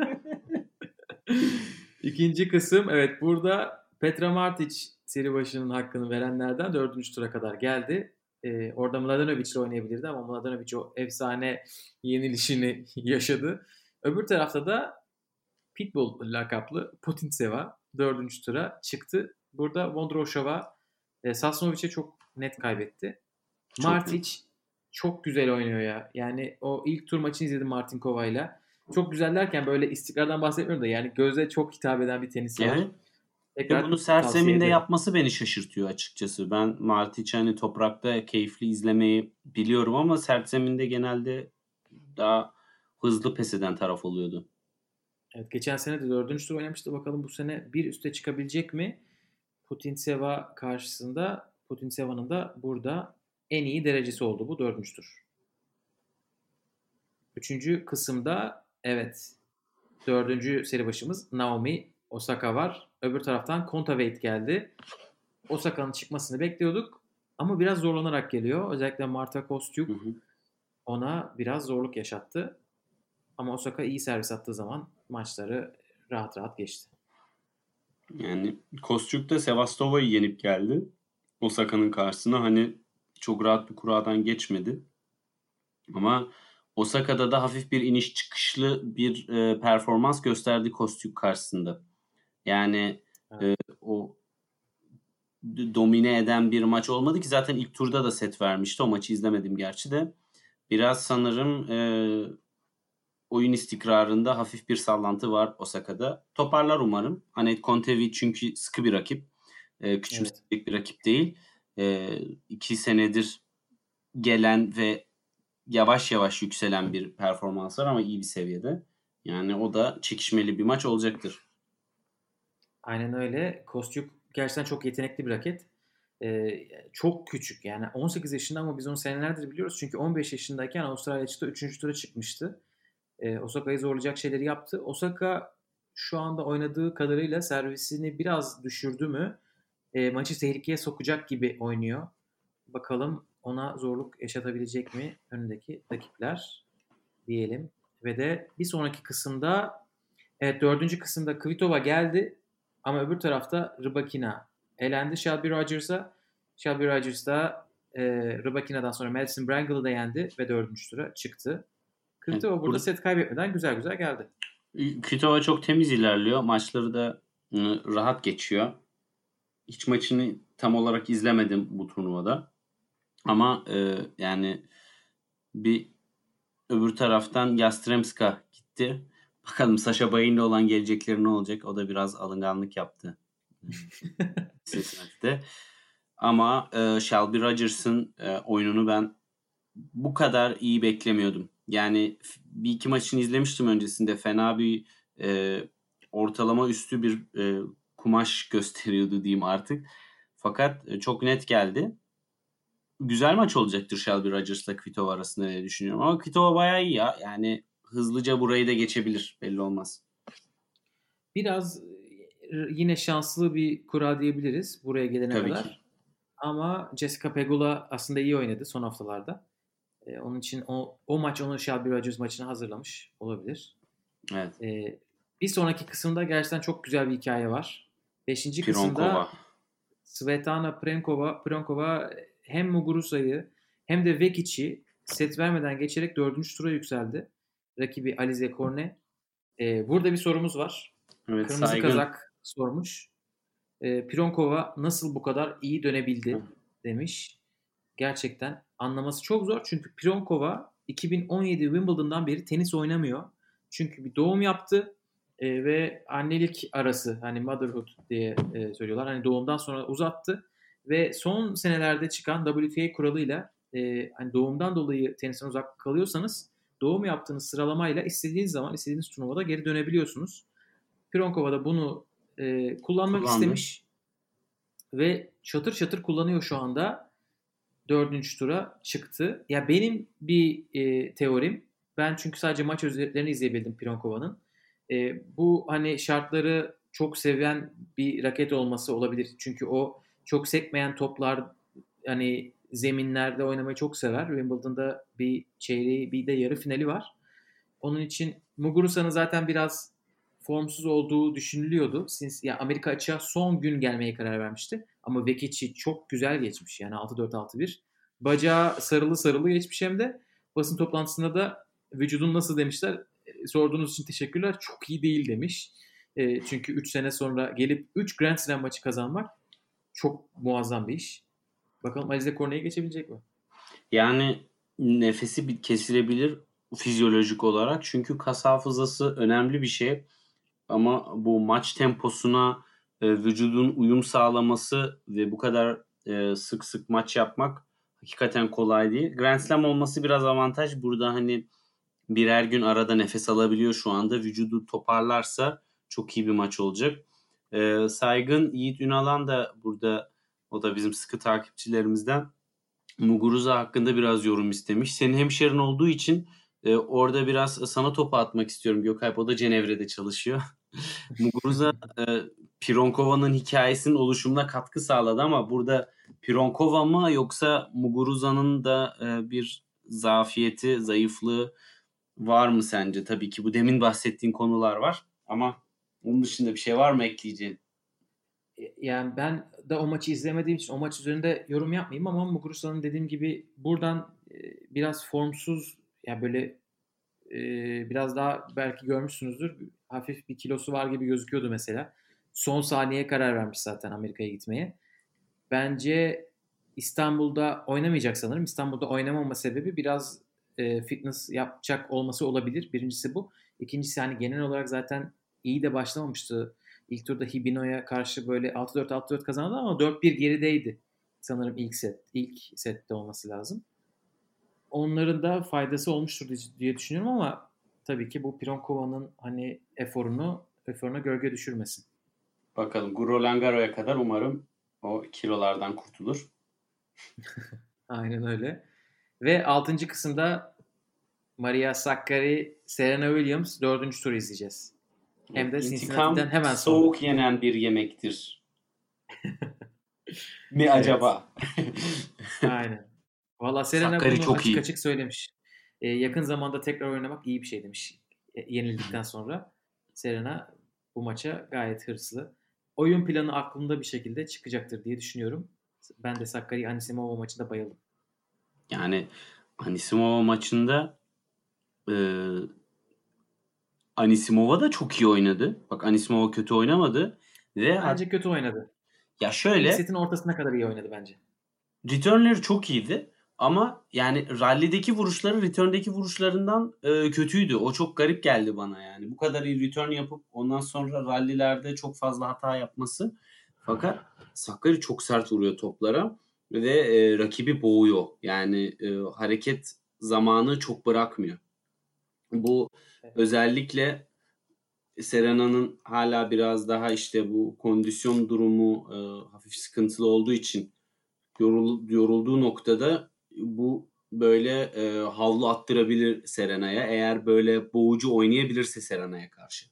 İkinci kısım, evet, burada Petra Martic seri başının hakkını verenlerden dördüncü tura kadar geldi. Ee, orada Mladenovic ile oynayabilirdi ama Mladenovic o efsane yenilişini yaşadı. Öbür tarafta da Pitbull lakaplı Putintseva dördüncü tura çıktı. Burada Vondrousova e, Sasnovic'e çok net kaybetti. Çok Martic net. çok güzel oynuyor ya. Yani o ilk tur maçını izledim Martinkova'yla. Çok güzel derken böyle istikrardan bahsetmiyorum da yani göze çok hitap eden bir tenisi var. Evet. Tekrar Ve bunu sert tavsiye zeminde ederim. yapması beni şaşırtıyor açıkçası. Ben Martic'i hani toprakta keyifli izlemeyi biliyorum ama sert zeminde genelde daha hızlı pes eden taraf oluyordu. Evet, geçen sene de dördüncü tur oynamıştı. Bakalım bu sene bir üste çıkabilecek mi? Putintseva karşısında, Putintseva'nın da burada en iyi derecesi oldu bu dördüncü tur. Üçüncü kısımda, evet, dördüncü seri başımız Naomi Osaka var. Öbür taraftan Kontaveit geldi. Osaka'nın çıkmasını bekliyorduk ama biraz zorlanarak geliyor. Özellikle Marta Kostyuk Hı hı. ona biraz zorluk yaşattı. Ama Osaka iyi servis attığı zaman maçları rahat rahat geçti. Yani Kostyuk da Sevastova'yı yenip geldi. Osaka'nın karşısına, hani çok rahat bir kuradan geçmedi. Ama Osaka'da da hafif bir iniş çıkışlı bir e, performans gösterdi Kostyuk karşısında. Yani Evet. e, o domine eden bir maç olmadı ki, zaten ilk turda da set vermişti. O maçı izlemedim gerçi de. Biraz sanırım e, oyun istikrarında hafif bir sallantı var Osaka'da. Toparlar umarım. Anett Kontaveit çünkü sıkı bir rakip. E, küçümseyecek evet. bir rakip değil. E, iki senedir gelen ve yavaş yavaş yükselen bir performans var ama iyi bir seviyede. Yani o da çekişmeli bir maç olacaktır. Aynen öyle. Kostyuk gerçekten çok yetenekli bir raket. Ee, çok küçük yani on sekiz yaşında ama biz onu senelerdir biliyoruz. Çünkü on beş yaşındayken Avustralya açıkta üçüncü tura çıkmıştı. Ee, Osaka'yı zorlayacak şeyleri yaptı. Osaka şu anda oynadığı kadarıyla servisini biraz düşürdü mü e, maçı tehlikeye sokacak gibi oynuyor. Bakalım ona zorluk yaşatabilecek mi önündeki rakipler diyelim. Ve de bir sonraki kısımda evet dördüncü kısımda Kvitova geldi ama öbür tarafta Rybakina elendi Shelby Rogers'a. Shelby Rogers da e, Rybakina'dan sonra Madison Brangle'ı da yendi ve dördüncü tura çıktı. Kvitova evet, burada set kaybetmeden güzel güzel geldi. Kvitova çok temiz ilerliyor. Maçları da ı, rahat geçiyor. Hiç maçını tam olarak izlemedim bu turnuvada. Ama e, yani bir öbür taraftan Yastremska gitti. Bakalım Sasha Bayin'le olan gelecekleri ne olacak? O da biraz alınganlık yaptı. Cincinnati'de. Ama e, Shelby Rogers'ın e, oyununu ben bu kadar iyi beklemiyordum. Yani bir iki maçını izlemiştim öncesinde. Fena bir e, ortalama üstü bir e, kumaş gösteriyordu diyeyim artık. Fakat e, çok net geldi. Güzel maç olacaktır Shelby Rogers'la Kvitova arasında diye düşünüyorum. Ama Kvitova bayağı iyi ya. Yani hızlıca burayı da geçebilir. Belli olmaz. Biraz yine şanslı bir kura diyebiliriz buraya gelene Tabii kadar. Ki. Ama Jessica Pegula aslında iyi oynadı son haftalarda. Ee, onun için o, o maç onu Shelby Rogers maçına hazırlamış olabilir. Evet. Ee, bir sonraki kısımda gerçekten çok güzel bir hikaye var. Beşinci Pironkova. kısımda Svetlana Prenkova, Prenkova hem Muguruza'yı hem de Vekic'i set vermeden geçerek dördüncü tura yükseldi. Rakibi Alize Cornet. Ee, burada bir sorumuz var. Evet, Kırmızı saygın. kazak sormuş. Ee, Pironkova nasıl bu kadar iyi dönebildi demiş. Gerçekten anlaması çok zor. Çünkü Pironkova iki bin on yedi Wimbledon'dan beri tenis oynamıyor. Çünkü bir doğum yaptı e, ve annelik arası hani motherhood diye e, söylüyorlar. Hani doğumdan sonra uzattı ve son senelerde çıkan W T A kuralıyla e, hani doğumdan dolayı tenisten uzak kalıyorsanız doğum yaptığınız sıralamayla istediğiniz zaman istediğiniz turnuvada geri dönebiliyorsunuz. Pironkova da bunu e, kullanmak Kullandı. istemiş ve çatır çatır kullanıyor şu anda. Dördüncü tura çıktı. Ya benim bir e, teorim. Ben çünkü sadece maç özetlerini izleyebildim Pironkova'nın. E, bu hani şartları çok seven bir raket olması olabilir. Çünkü o çok sekmeyen toplar hani zeminlerde oynamayı çok sever. Wimbledon'da bir çeyreği bir de yarı finali var. Onun için Muguruza'nın zaten biraz formsuz olduğu düşünülüyordu. Since, ya Amerika açığa son gün gelmeye karar vermişti. Ama Vekic'i çok güzel geçmiş. Yani altı dört altı bir. Bacağı sarılı sarılı geçmiş hem de. Basın toplantısında da vücudun nasıl demişler. E, sorduğunuz için teşekkürler. Çok iyi değil demiş. E, çünkü üç sene sonra gelip üç Grand Slam maçı kazanmak çok muazzam bir iş. Bakalım Alize Cornet'e geçebilecek mi? Yani nefesi kesilebilir fizyolojik olarak. Çünkü kas hafızası önemli bir şey. Ama bu maç temposuna e, vücudun uyum sağlaması ve bu kadar e, sık sık maç yapmak hakikaten kolay değil. Grand Slam olması biraz avantaj. Burada hani birer gün arada nefes alabiliyor şu anda. Vücudu toparlarsa çok iyi bir maç olacak. E, saygın Yiğit Ünalan da burada, o da bizim sıkı takipçilerimizden, Muguruza hakkında biraz yorum istemiş. Senin hemşerin olduğu için e, orada biraz sana topu atmak istiyorum Gökalp. O da Cenevre'de çalışıyor. Muguruza e, Pironkova'nın hikayesinin oluşumuna katkı sağladı ama burada Pironkova mı yoksa Muguruza'nın da e, bir zafiyeti, zayıflığı var mı sence? Tabii ki bu demin bahsettiğin konular var ama onun dışında bir şey var mı ekleyeceğin? Yani ben de o maçı izlemediğim için o maç üzerinde yorum yapmayayım ama Muguruza'nın dediğim gibi buradan e, biraz formsuz ya böyle e, biraz daha belki görmüşsünüzdür. Hafif bir kilosu var gibi gözüküyordu mesela. Son saniyeye karar vermiş zaten Amerika'ya gitmeye. Bence İstanbul'da oynamayacak sanırım. İstanbul'da oynamama sebebi biraz e, fitness yapacak olması olabilir. Birincisi bu. İkincisi hani genel olarak zaten iyi de başlamamıştı. İlk turda Hibino'ya karşı böyle altı dört altı dört kazandı ama dört bir gerideydi. Sanırım ilk set. İlk sette olması lazım. Onların da faydası olmuştur diye düşünüyorum ama tabii ki bu Pironkova'nın hani eforunu eforuna gölge düşürmesin. Bakalım Guro Langaro'ya kadar umarım o kilolardan kurtulur. Aynen öyle. Ve altıncı kısımda Maria Sakkari, Serena Williams dördüncü turu izleyeceğiz. Hem de Cincinnati'den hemen sonra. Soğuk yenen bir yemektir. Mi acaba? Aynen. Valla Serena Sakkari bunu çok açık iyi. açık söylemiş. Ee, yakın zamanda tekrar oynamak iyi bir şey demiş. E, yenildikten sonra Serena bu maça gayet hırslı. Oyun planı aklımda bir şekilde çıkacaktır diye düşünüyorum. Ben de Sakkari Anisimova maçında bayıldım. Yani Anisimova maçında e, Anisimova da çok iyi oynadı. Bak Anisimova kötü oynamadı. Ve Bence kötü oynadı. ya İlk şöyle setin ortasına kadar iyi oynadı bence. returnleri çok iyiydi. Ama yani rally'deki vuruşları return'deki vuruşlarından e, kötüydü. O çok garip geldi bana yani. Bu kadar iyi return yapıp ondan sonra rally'lerde çok fazla hata yapması. Fakat Sakkari çok sert vuruyor toplara ve e, rakibi boğuyor. Yani e, hareket zamanı çok bırakmıyor. Bu Evet. özellikle Serena'nın hala biraz daha işte bu kondisyon durumu e, hafif sıkıntılı olduğu için yorul, yorulduğu noktada bu böyle e, havlu attırabilir Serena'ya. Eğer böyle boğucu oynayabilirse Serena'ya karşı.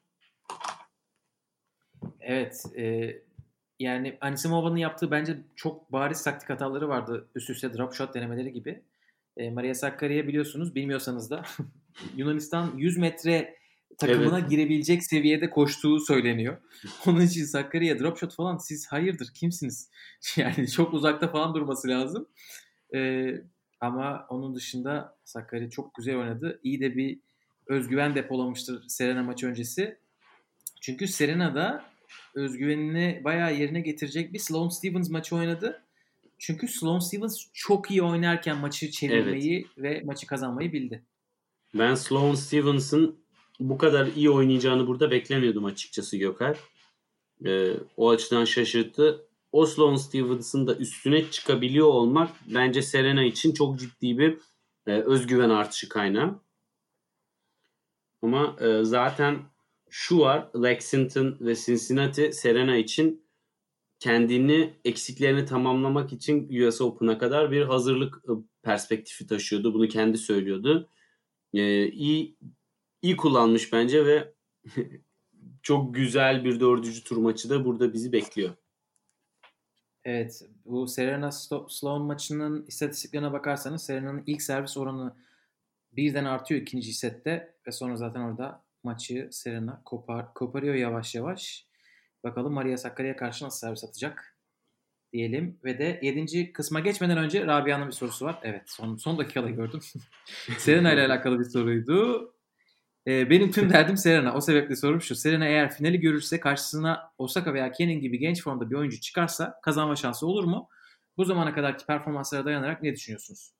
Evet. E, yani Anisimova'nın yaptığı bence çok bariz taktik hataları vardı. Üst üste drop shot denemeleri gibi. E, Maria Sakkari'ye biliyorsunuz, bilmiyorsanız da Yunanistan yüz metre takımına Evet. girebilecek seviyede koştuğu söyleniyor. Onun için Sakkari'ye drop shot falan siz hayırdır kimsiniz? Yani çok uzakta falan durması lazım. E, ama onun dışında Sakkari çok güzel oynadı. İyi de bir özgüven depolamıştır Serena maçı öncesi. Çünkü Serena da özgüvenini bayağı yerine getirecek bir Sloane Stephens maçı oynadı. Çünkü Sloane Stephens çok iyi oynarken maçı çevirmeyi evet. ve maçı kazanmayı bildi. Ben Sloane Stephens'ın bu kadar iyi oynayacağını burada beklemiyordum açıkçası Gökhan. Ee, o açıdan şaşırttı. O Sloane Stephens'ın da üstüne çıkabiliyor olmak bence Serena için çok ciddi bir e, özgüven artışı kaynağı. Ama e, zaten şu var, Lexington ve Cincinnati Serena için kendini eksiklerini tamamlamak için U S Open'a kadar bir hazırlık e, perspektifi taşıyordu. Bunu kendi söylüyordu. E, iyi iyi kullanmış bence ve çok güzel bir dördüncü tur maçı da burada bizi bekliyor. Evet, bu Serena Sloane maçının istatistiklerine bakarsanız Serena'nın ilk servis oranı birden artıyor ikinci sette ve sonra zaten orada maçı Serena kopar, koparıyor yavaş yavaş. Bakalım Maria Sakkari'ye karşı nasıl servis atacak diyelim. Ve de yedinci kısma geçmeden önce Rabia'nın bir sorusu var. Evet, son, son dakikada gördüm. Serena ile alakalı bir soruydu. Ee, benim tüm derdim Serena. O sebeple sorum şu. Serena eğer finali görürse karşısına Osaka veya Kenin gibi genç formda bir oyuncu çıkarsa kazanma şansı olur mu? Bu zamana kadarki performanslara dayanarak ne düşünüyorsunuz?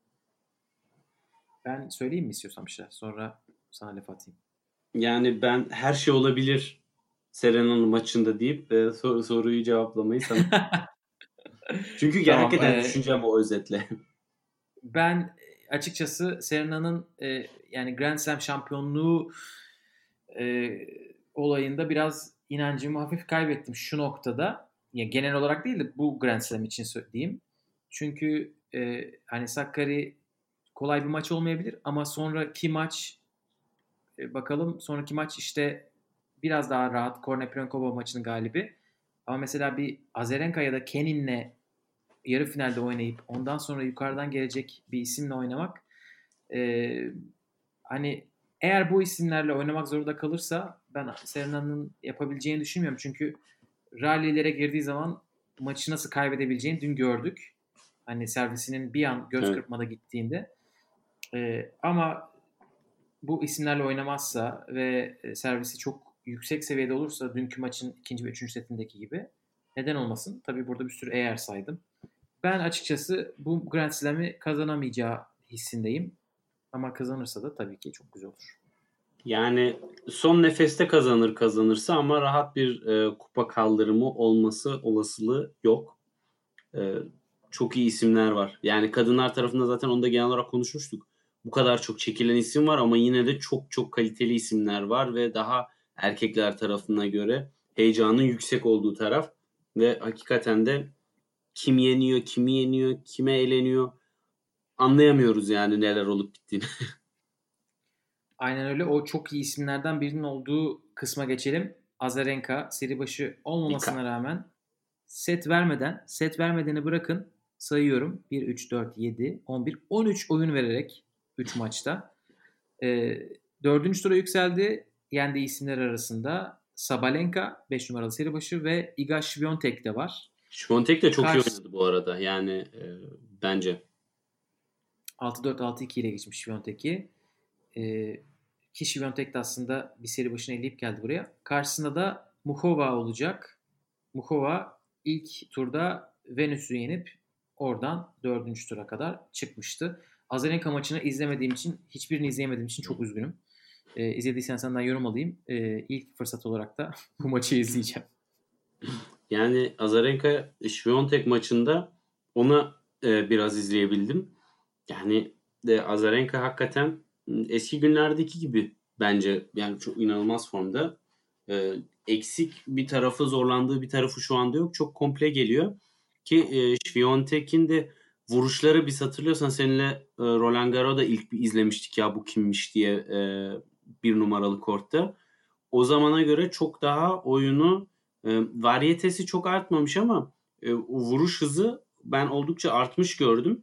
Ben söyleyeyim mi istiyorsam bir şeyler? Sonra sana laf atayım. Yani ben her şey olabilir Serena'nın maçında deyip e, sor, soruyu cevaplamayı sana. Çünkü Tamam, hakikaten e, düşüneceğim o özetle. Ben açıkçası Serena'nın e, yani Grand Slam şampiyonluğu e, olayında biraz inancımı hafif kaybettim şu noktada. Ya genel olarak değil de bu Grand Slam için söyleyeyim. Çünkü e, hani Sakkari kolay bir maç olmayabilir ama sonraki maç e, bakalım sonraki maç işte biraz daha rahat. Korneprenkova maçının galibi. Ama mesela bir Azarenka ya da Kenin'le yarı finalde oynayıp ondan sonra yukarıdan gelecek bir isimle oynamak e, hani eğer bu isimlerle oynamak zorunda kalırsa ben Serena'nın yapabileceğini düşünmüyorum. Çünkü rallilere girdiği zaman maçı nasıl kaybedebileceğini dün gördük. Hani servisinin bir an göz Evet. kırpmada gittiğinde. E, ama bu isimlerle oynamazsa ve servisi çok yüksek seviyede olursa dünkü maçın ikinci ve üçüncü setindeki gibi neden olmasın? Tabii burada bir sürü eğer saydım. Ben açıkçası bu Grand Slam'i kazanamayacağı hissindeyim. Ama kazanırsa da tabii ki çok güzel olur. Yani son nefeste kazanır kazanırsa ama rahat bir e, kupa kaldırımı olması olasılığı yok. E, çok iyi isimler var. Yani kadınlar tarafında zaten onu da genel olarak konuşmuştuk. Bu kadar çok çekilen isim var ama yine de çok çok kaliteli isimler var ve daha erkekler tarafına göre heyecanın yüksek olduğu taraf ve hakikaten de kim yeniyor, kimi yeniyor, kime eleniyor anlayamıyoruz yani neler olup bittiğini. Aynen öyle. O çok iyi isimlerden birinin olduğu kısma geçelim. Azarenka seri başı olmamasına rağmen set vermeden, set vermedeni bırakın sayıyorum. bir, üç, dört, yedi, on bir, on üç oyun vererek üç maçta. E, dördüncü tura yükseldi. Yendiği isimler arasında Sabalenka beş numaralı seri başı ve Iga Świątek de var. Świątek de çok Kars, iyi oynadı bu arada. Yani e, bence. altı dört altı iki ile geçmiş Świątek'i. E, ki Świątek de aslında bir seri başına eleyip geldi buraya. Karşısında da Muchova olacak. Muchova ilk turda Venüs'ü yenip oradan dördüncü tura kadar çıkmıştı. Azarenka maçını izlemediğim için, hiçbirini izleyemediğim için çok üzgünüm. Ee, izlediysen senden yorum alayım. Ee, ilk fırsat olarak da bu maçı izleyeceğim. Yani Azarenka Świątek maçında ona e, biraz izleyebildim. Yani de Azarenka hakikaten eski günlerdeki gibi bence yani çok inanılmaz formda. E, eksik bir tarafı zorlandığı bir tarafı şu anda yok. Çok komple geliyor. Ki e, Świątek'in de vuruşları biz hatırlıyorsan seninle e, Roland Garros'da ilk bir izlemiştik ya bu kimmiş diye e, bir numaralı kortta. O zamana göre çok daha oyunu e, varyetesi çok artmamış ama e, vuruş hızı ben oldukça artmış gördüm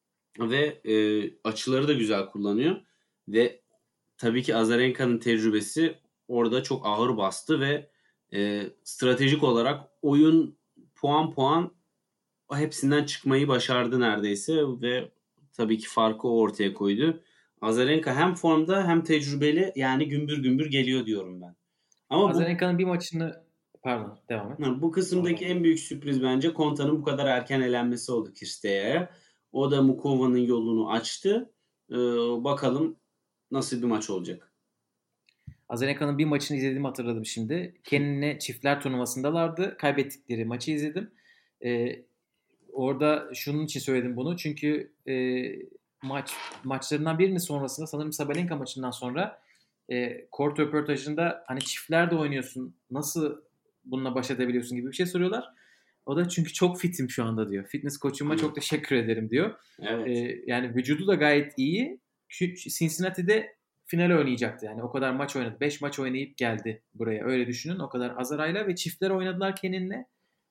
ve e, açıları da güzel kullanıyor ve tabii ki Azarenka'nın tecrübesi orada çok ağır bastı ve e, stratejik olarak oyun puan puan hepsinden çıkmayı başardı neredeyse ve tabii ki farkı o ortaya koydu. Azarenka hem formda hem tecrübeli yani gümbür gümbür geliyor diyorum ben. Ama bu Azarenka'nın bir maçını pardon devam et. bu kısımdaki en büyük sürpriz bence Konta'nın bu kadar erken elenmesi oldu Kirsteye'ye. O da Mukova'nın yolunu açtı. Ee, bakalım nasıl bir maç olacak. Azarenka'nın bir maçını izlediğimi hatırladım şimdi. Kenin'le çiftler turnuvasındalardı. Kaybettikleri maçı izledim. Ee, orada şunun için söyledim bunu. Çünkü e, maç maçlarından birinin sonrasında sanırım Sabalenka maçından sonra e, kort röportajında hani çiftler de oynuyorsun. Nasıl bununla baş edebiliyorsun gibi bir şey soruyorlar. O da çünkü çok fitim şu anda diyor. Fitness koçuma çok teşekkür ederim diyor. Evet. Ee, yani vücudu da gayet iyi. Cincinnati'de final oynayacaktı. Yani o kadar maç oynadı. beş maç oynayıp geldi buraya. Öyle düşünün. O kadar Azaray'la ve çiftler oynadılar Kenin'le.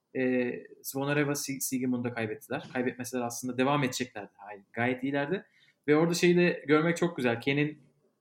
E, Zvonareva Sigismund'a kaybettiler. Kaybetmeseler aslında devam edeceklerdi. Hayır, gayet iyilerdi. Ve orada şeyi de görmek çok güzel. Kenin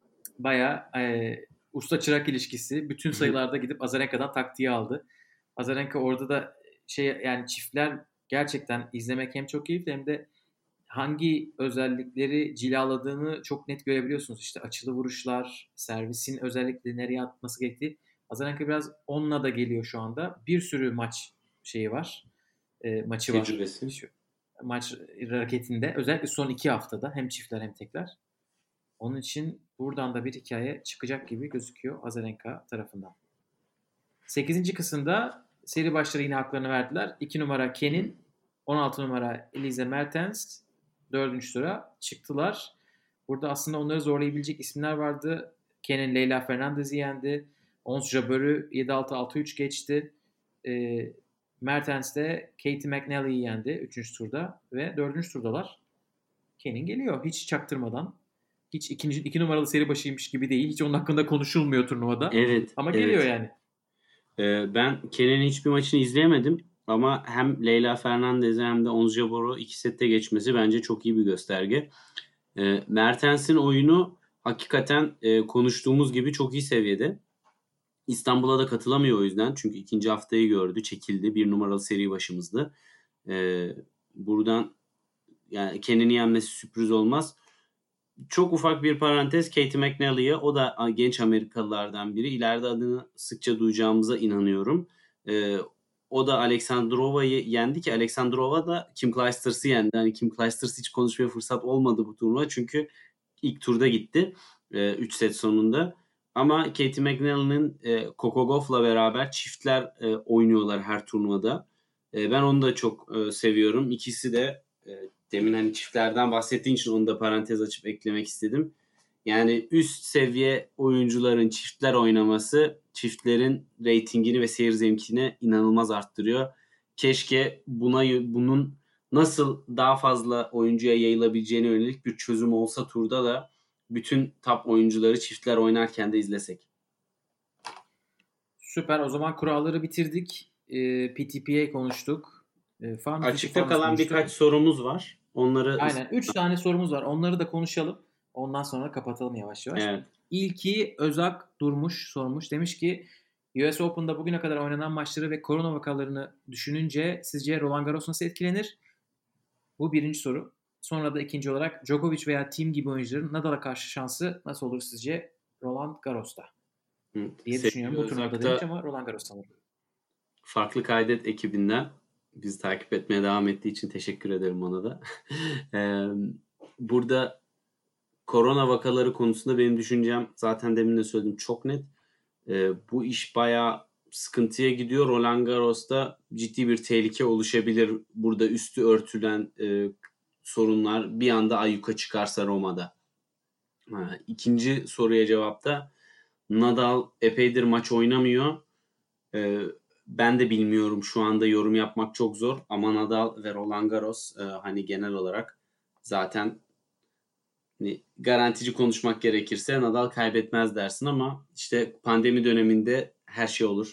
bayağı e, usta çırak ilişkisi. Bütün sayılarda gidip Azarenka'dan taktiği aldı. Azarenka orada da şey yani çiftler gerçekten izlemek hem çok keyifli hem de hangi özellikleri cilaladığını çok net görebiliyorsunuz. İşte açılı vuruşlar, servisin özellikle nereye atması gerektiği. Azarenka biraz onunla da geliyor şu anda. Bir sürü maç şeyi var. E, maçı Tecrübesi. var. Şu, maç raketinde. Özellikle son iki haftada hem çiftler hem tekler. Onun için buradan da bir hikaye çıkacak gibi gözüküyor Azarenka tarafından. sekizinci kısımda seri başları yine haklarını verdiler. iki numara Kenin, on altı numara Elise Mertens dördüncü tura çıktılar. Burada aslında onları zorlayabilecek isimler vardı. Kenin Leyla Fernandez'i yendi. Ons Jabeur'ü yedi altı altı üç geçti. E, Mertens de Katie McNally'yi yendi üçüncü turda ve dördüncü turdalar. Kenin geliyor hiç çaktırmadan. Hiç ikinci, iki numaralı seri başıymış gibi değil. Hiç onun hakkında konuşulmuyor turnuvada. Evet. Ama evet. geliyor yani. Ee, ben Kenen'in hiçbir maçını izleyemedim. Ama hem Leyla Fernandez'e hem de Ons Jabeur'u iki sette geçmesi bence çok iyi bir gösterge. Ee, Mertens'in oyunu hakikaten e, konuştuğumuz gibi çok iyi seviyede. İstanbul'a da katılamıyor o yüzden. Çünkü ikinci haftayı gördü. Çekildi. Bir numaralı seri başımızdı. Ee, buradan yani Kenan'ı yenmesi sürpriz olmaz. Çok ufak bir parantez Katie McNally'ye. O da genç Amerikalılardan biri. İleride adını sıkça duyacağımıza inanıyorum. Ee, o da Alexandrova'yı yendi ki Alexandrova da Kim Clijsters'ı yendi. Yani Kim Clijsters hiç konuşmaya fırsat olmadı bu turnuva. Çünkü ilk turda gitti. üç set sonunda. Ama Katie McNally'nin e, Coco Gauff'la beraber çiftler e, oynuyorlar her turnuvada. E, ben onu da çok e, seviyorum. İkisi de e, demin hani çiftlerden bahsettiğin için onu da parantez açıp eklemek istedim. Yani üst seviye oyuncuların çiftler oynaması çiftlerin reytingini ve seyir zevkini inanılmaz arttırıyor. Keşke buna bunun nasıl daha fazla oyuncuya yayılabileceğine yönelik bir çözüm olsa turda da bütün top oyuncuları çiftler oynarken de izlesek. Süper. O zaman kuralları bitirdik. E, P T P A konuştuk. E, farm Açıkta kalan birkaç sorumuz var. Onları Aynen. Üç tane sorumuz var. Onları da konuşalım. Ondan sonra kapatalım yavaş yavaş. Evet. İlki Özak Durmuş sormuş. Demiş ki U S Open'da bugüne kadar oynanan maçları ve korona vakalarını düşününce sizce Roland Garros nasıl etkilenir? Bu birinci soru. Sonra da ikinci olarak Djokovic veya Thiem gibi oyuncuların Nadal'a karşı şansı nasıl olur sizce Roland Garros'ta? Hı. diye Sevgili düşünüyorum. Bu turnuvada Özak'ta demiş ama Roland Garros sanırım. Farklı Kaydet ekibinden bizi takip etmeye devam ettiği için teşekkür ederim ona da. Burada korona vakaları konusunda benim düşüncem zaten demin de söyledim çok net. Bu iş bayağı sıkıntıya gidiyor. Roland Garros'ta ciddi bir tehlike oluşabilir. Burada üstü örtülen e, sorunlar bir anda ayyuka çıkarsa Roma'da. Ha, ikinci soruya cevapta Nadal epeydir maç oynamıyor. E, ben de bilmiyorum, şu anda yorum yapmak çok zor ama Nadal ve Roland Garros e, hani genel olarak zaten hani garantici konuşmak gerekirse Nadal kaybetmez dersin ama işte pandemi döneminde her şey olur.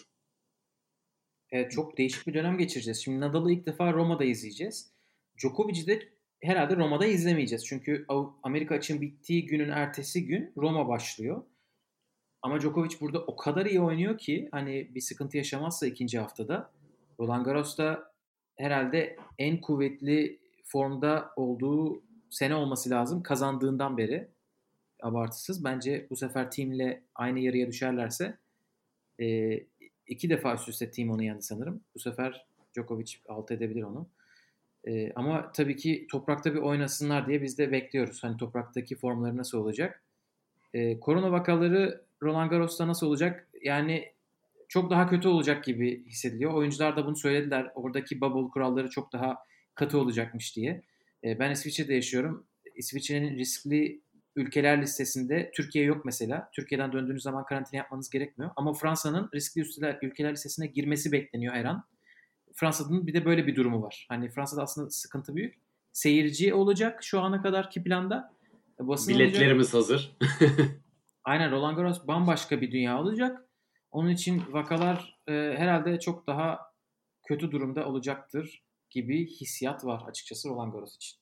Evet, çok değişik bir dönem geçireceğiz. Şimdi Nadal'ı ilk defa Roma'da izleyeceğiz. Djokovic'i de herhalde Roma'da izlemeyeceğiz. Çünkü Amerika açığın bittiği günün ertesi gün Roma başlıyor. Ama Djokovic burada o kadar iyi oynuyor ki hani bir sıkıntı yaşamazsa ikinci haftada Roland Garros'ta herhalde en kuvvetli formda olduğu sene olması lazım kazandığından beri. Abartısız. Bence bu sefer Thiem'le aynı yarıya düşerlerse e, iki defa üst üste Thiem onu yendi sanırım. Bu sefer Djokovic alt edebilir onu. E, ama tabii ki toprakta bir oynasınlar diye biz de bekliyoruz. Hani topraktaki formları nasıl olacak? E, korona vakaları Roland Garros'ta nasıl olacak? Yani çok daha kötü olacak gibi hissediliyor. Oyuncular da bunu söylediler. Oradaki bubble kuralları çok daha katı olacakmış diye. E, ben İsviçre'de yaşıyorum. İsviçre'nin riskli ülkeler listesinde Türkiye yok mesela. Türkiye'den döndüğünüz zaman karantina yapmanız gerekmiyor. Ama Fransa'nın riskli ülkeler listesine girmesi bekleniyor her an. Fransa'nın bir de böyle bir durumu var. Hani Fransa'da aslında sıkıntı büyük. Seyirci olacak şu ana kadarki planda. Basın Biletlerimiz olacak. hazır. Aynen, Roland Garros bambaşka bir dünya olacak. Onun için vakalar e, herhalde çok daha kötü durumda olacaktır gibi hissiyat var açıkçası Roland Garros için.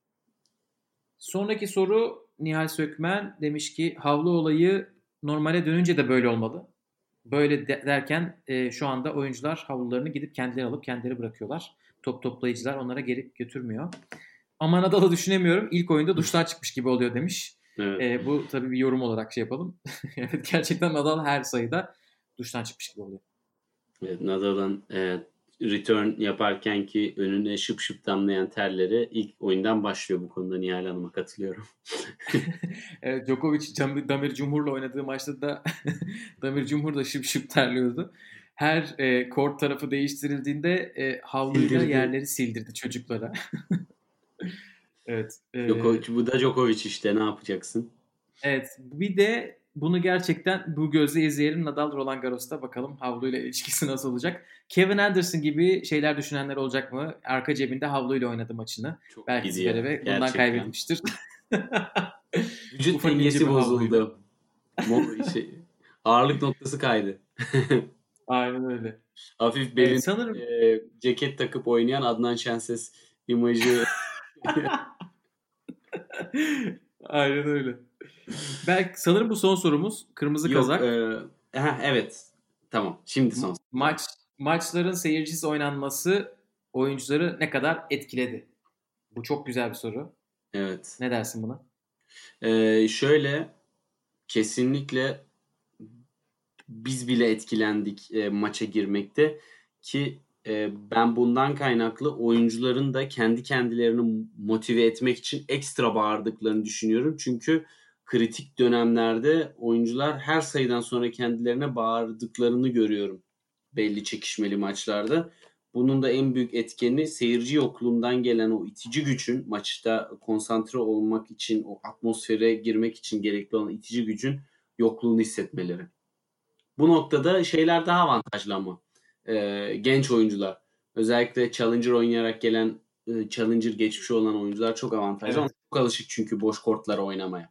Sonraki soru Nihal Sökmen demiş ki havlu olayı normale dönünce de böyle olmalı. Böyle de- derken e, şu anda oyuncular havlularını gidip kendileri alıp kendileri bırakıyorlar. Top toplayıcılar onlara gelip götürmüyor. Ama Nadal'ı düşünemiyorum. İlk oyunda duştan çıkmış gibi oluyor demiş. Evet. E, bu tabii bir yorum olarak şey yapalım. Evet, gerçekten Nadal her sayıda duştan çıkmış gibi oluyor. Evet, Nadal'ın e, return yaparken ki önüne şıp şıp damlayan terleri ilk oyundan başlıyor, bu konuda Nihal Hanım'a katılıyorum. Evet, Djokovic Damir Cumhur'la oynadığı maçta da Damir Cumhur da şıp şıp terliyordu. Her e, kort tarafı değiştirildiğinde e, havluyla Sildirdi. yerleri sildirdi çocuklara. Evet. E, Djokovic, bu da Djokovic işte, ne yapacaksın? evet. Bir de bunu gerçekten bu gözle izleyelim. Nadal Roland Garros'ta bakalım havluyla ilişkisi nasıl olacak. Kevin Anderson gibi şeyler düşünenler olacak mı? Arka cebinde havluyla oynadı maçını. Çok Belki iyiydi ya, Zverev'e bundan gerçekten. kaybetmiştir. Vücut Ufak ince dengesi bir havluyla. bozuldu. Mo- şey, ağırlık noktası kaydı. Aynen öyle. Hafif belin Evet, sanırım e, ceket takıp oynayan Adnan Şenses imajı. aynen öyle. Belki sanırım bu son sorumuz. Kırmızı Yok. kazak. E, ha, evet. Tamam. Şimdi son. Maç maçların seyircisiz oynanması oyuncuları ne kadar etkiledi? Bu çok güzel bir soru. Evet. Ne dersin buna? E, şöyle kesinlikle biz bile etkilendik e, maça girmekte ki e, ben bundan kaynaklı oyuncuların da kendi kendilerini motive etmek için ekstra bağırdıklarını düşünüyorum. Çünkü kritik dönemlerde oyuncular her sayıdan sonra kendilerine bağırdıklarını görüyorum belli çekişmeli maçlarda. Bunun da en büyük etkeni seyirci yokluğundan gelen o itici gücün, maçta konsantre olmak için, o atmosfere girmek için gerekli olan itici gücün yokluğunu hissetmeleri. Bu noktada şeyler daha avantajlı ama. Ee, genç oyuncular. Özellikle Challenger oynayarak gelen, e, Challenger geçmişi olan oyuncular çok avantajlı. Evet. Onlar çok alışık çünkü boş kortlara oynamaya.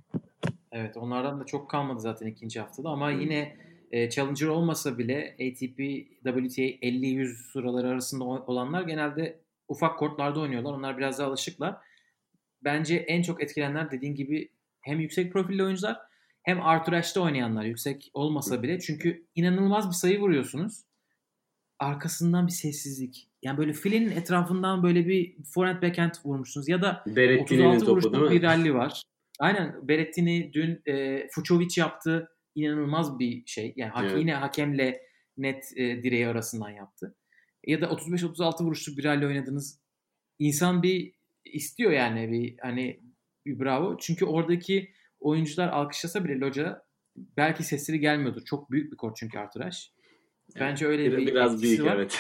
Evet, onlardan da çok kalmadı zaten ikinci haftada ama Hmm. yine e, Challenger olmasa bile A T P, W T A elli yüz sıraları arasında olanlar genelde ufak kortlarda oynuyorlar. Onlar biraz daha alışıklar. Bence en çok etkilenenler dediğin gibi hem yüksek profilli oyuncular hem Arthur Ashe'de oynayanlar, yüksek olmasa bile. Çünkü inanılmaz bir sayı vuruyorsunuz. Arkasından bir sessizlik. Yani böyle filenin etrafından böyle bir forehand backhand vurmuşsunuz. Ya da Berrettini'nin otuz altı topu vuruşluk değil mi? bir rally var. Aynen, Berrettini dün e, Fucsovic yaptı. İnanılmaz bir şey. Yani hak, Evet. yine hakemle net e, direği arasından yaptı. Ya da otuz beş otuz altı vuruşluk bir rally oynadınız. İnsan bir istiyor yani bir hani bir bravo. Çünkü oradaki oyuncular alkışlasa bile loca belki sesleri gelmiyordur. Çok büyük bir kort çünkü Arthur Ashe. Bence öyle Bir- bir Biraz etkisi büyük var. evet.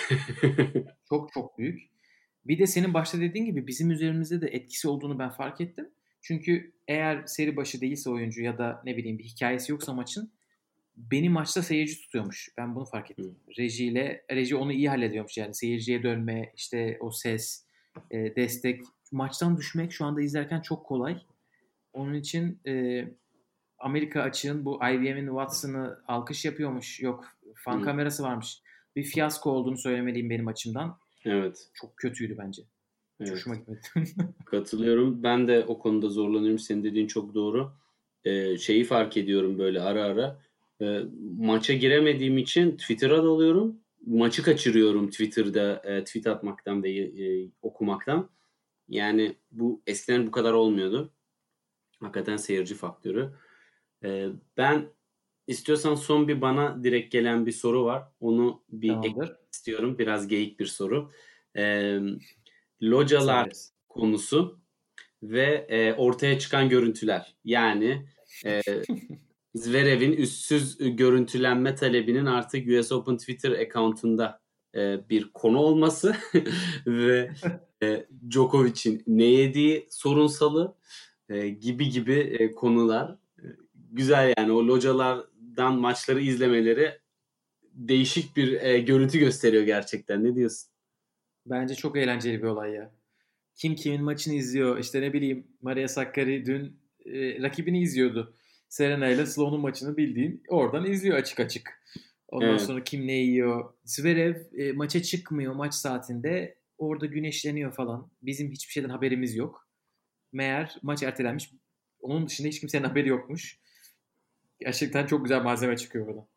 Çok çok büyük. Bir de senin başta dediğin gibi bizim üzerimizde de etkisi olduğunu ben fark ettim. Çünkü eğer seri başı değilse oyuncu ya da ne bileyim bir hikayesi yoksa maçın beni maçta seyirci tutuyormuş. Ben bunu fark ettim. Rejiyle, reji onu iyi hallediyormuş yani. Seyirciye dönme, işte o ses, e, destek. Maçtan düşmek şu anda izlerken çok kolay. Onun için e, Amerika açığın bu I B M'in Watson'ı alkış yapıyormuş. Yok fan Hı. kamerası varmış. Bir fiyasko olduğunu söylemeliyim benim açımdan. Evet. Çok kötüydü bence. Hiç Evet. hoşuma gitmedi. Katılıyorum. Ben de o konuda zorlanıyorum. Senin dediğin çok doğru. Ee, şeyi fark ediyorum böyle ara ara. Ee, maça giremediğim için Twitter'a dalıyorum. Maçı kaçırıyorum Twitter'da e, tweet atmaktan ve e, okumaktan. Yani bu eskiden bu kadar olmuyordu. Hakikaten seyirci faktörü. Ee, ben istiyorsan son bir bana direkt gelen bir soru var. Onu bir eklemek Tamamdır. istiyorum. Biraz geyik bir soru. Ee, localar Severiz. konusu ve e, ortaya çıkan görüntüler. Yani e, Zverev'in üstsüz görüntülenme talebinin artık U S Open Twitter account'unda e, bir konu olması ve e, Djokovic'in ne yediği sorunsalı e, gibi gibi e, konular. E, güzel yani o localardan maçları izlemeleri değişik bir e, görüntü gösteriyor gerçekten. Ne diyorsun? Bence çok eğlenceli bir olay ya. Kim kimin maçını izliyor. İşte ne bileyim Maria Sakkari dün e, rakibini izliyordu. Serena ile Sloane'un maçını bildiğin oradan izliyor açık açık. Ondan Evet. sonra kim ne yiyor. Zverev e, maça çıkmıyor maç saatinde. Orada güneşleniyor falan. Bizim hiçbir şeyden haberimiz yok. Meğer maç ertelenmiş. Onun dışında hiç kimsenin haberi yokmuş. Gerçekten çok güzel malzeme çıkıyor buradan.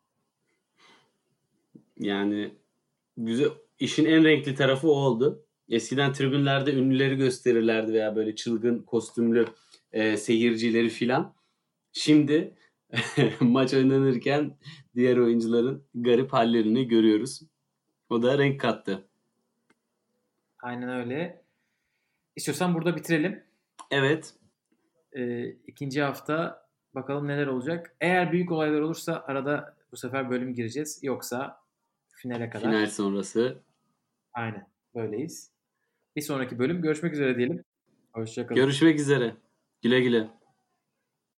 Yani güzel, işin en renkli tarafı o oldu. Eskiden tribünlerde ünlüleri gösterirlerdi veya böyle çılgın kostümlü e, seyircileri filan. Şimdi maç oynanırken diğer oyuncuların garip hallerini görüyoruz. O da renk kattı. Aynen öyle. İstiyorsan burada bitirelim. Evet. Ee, ikinci hafta bakalım neler olacak. Eğer büyük olaylar olursa arada bu sefer bölüm gireceğiz. Yoksa finale kadar. Final sonrası. Aynen böyleyiz. Bir sonraki bölüm görüşmek üzere diyelim. Hoşçakalın. Görüşmek üzere. Güle güle.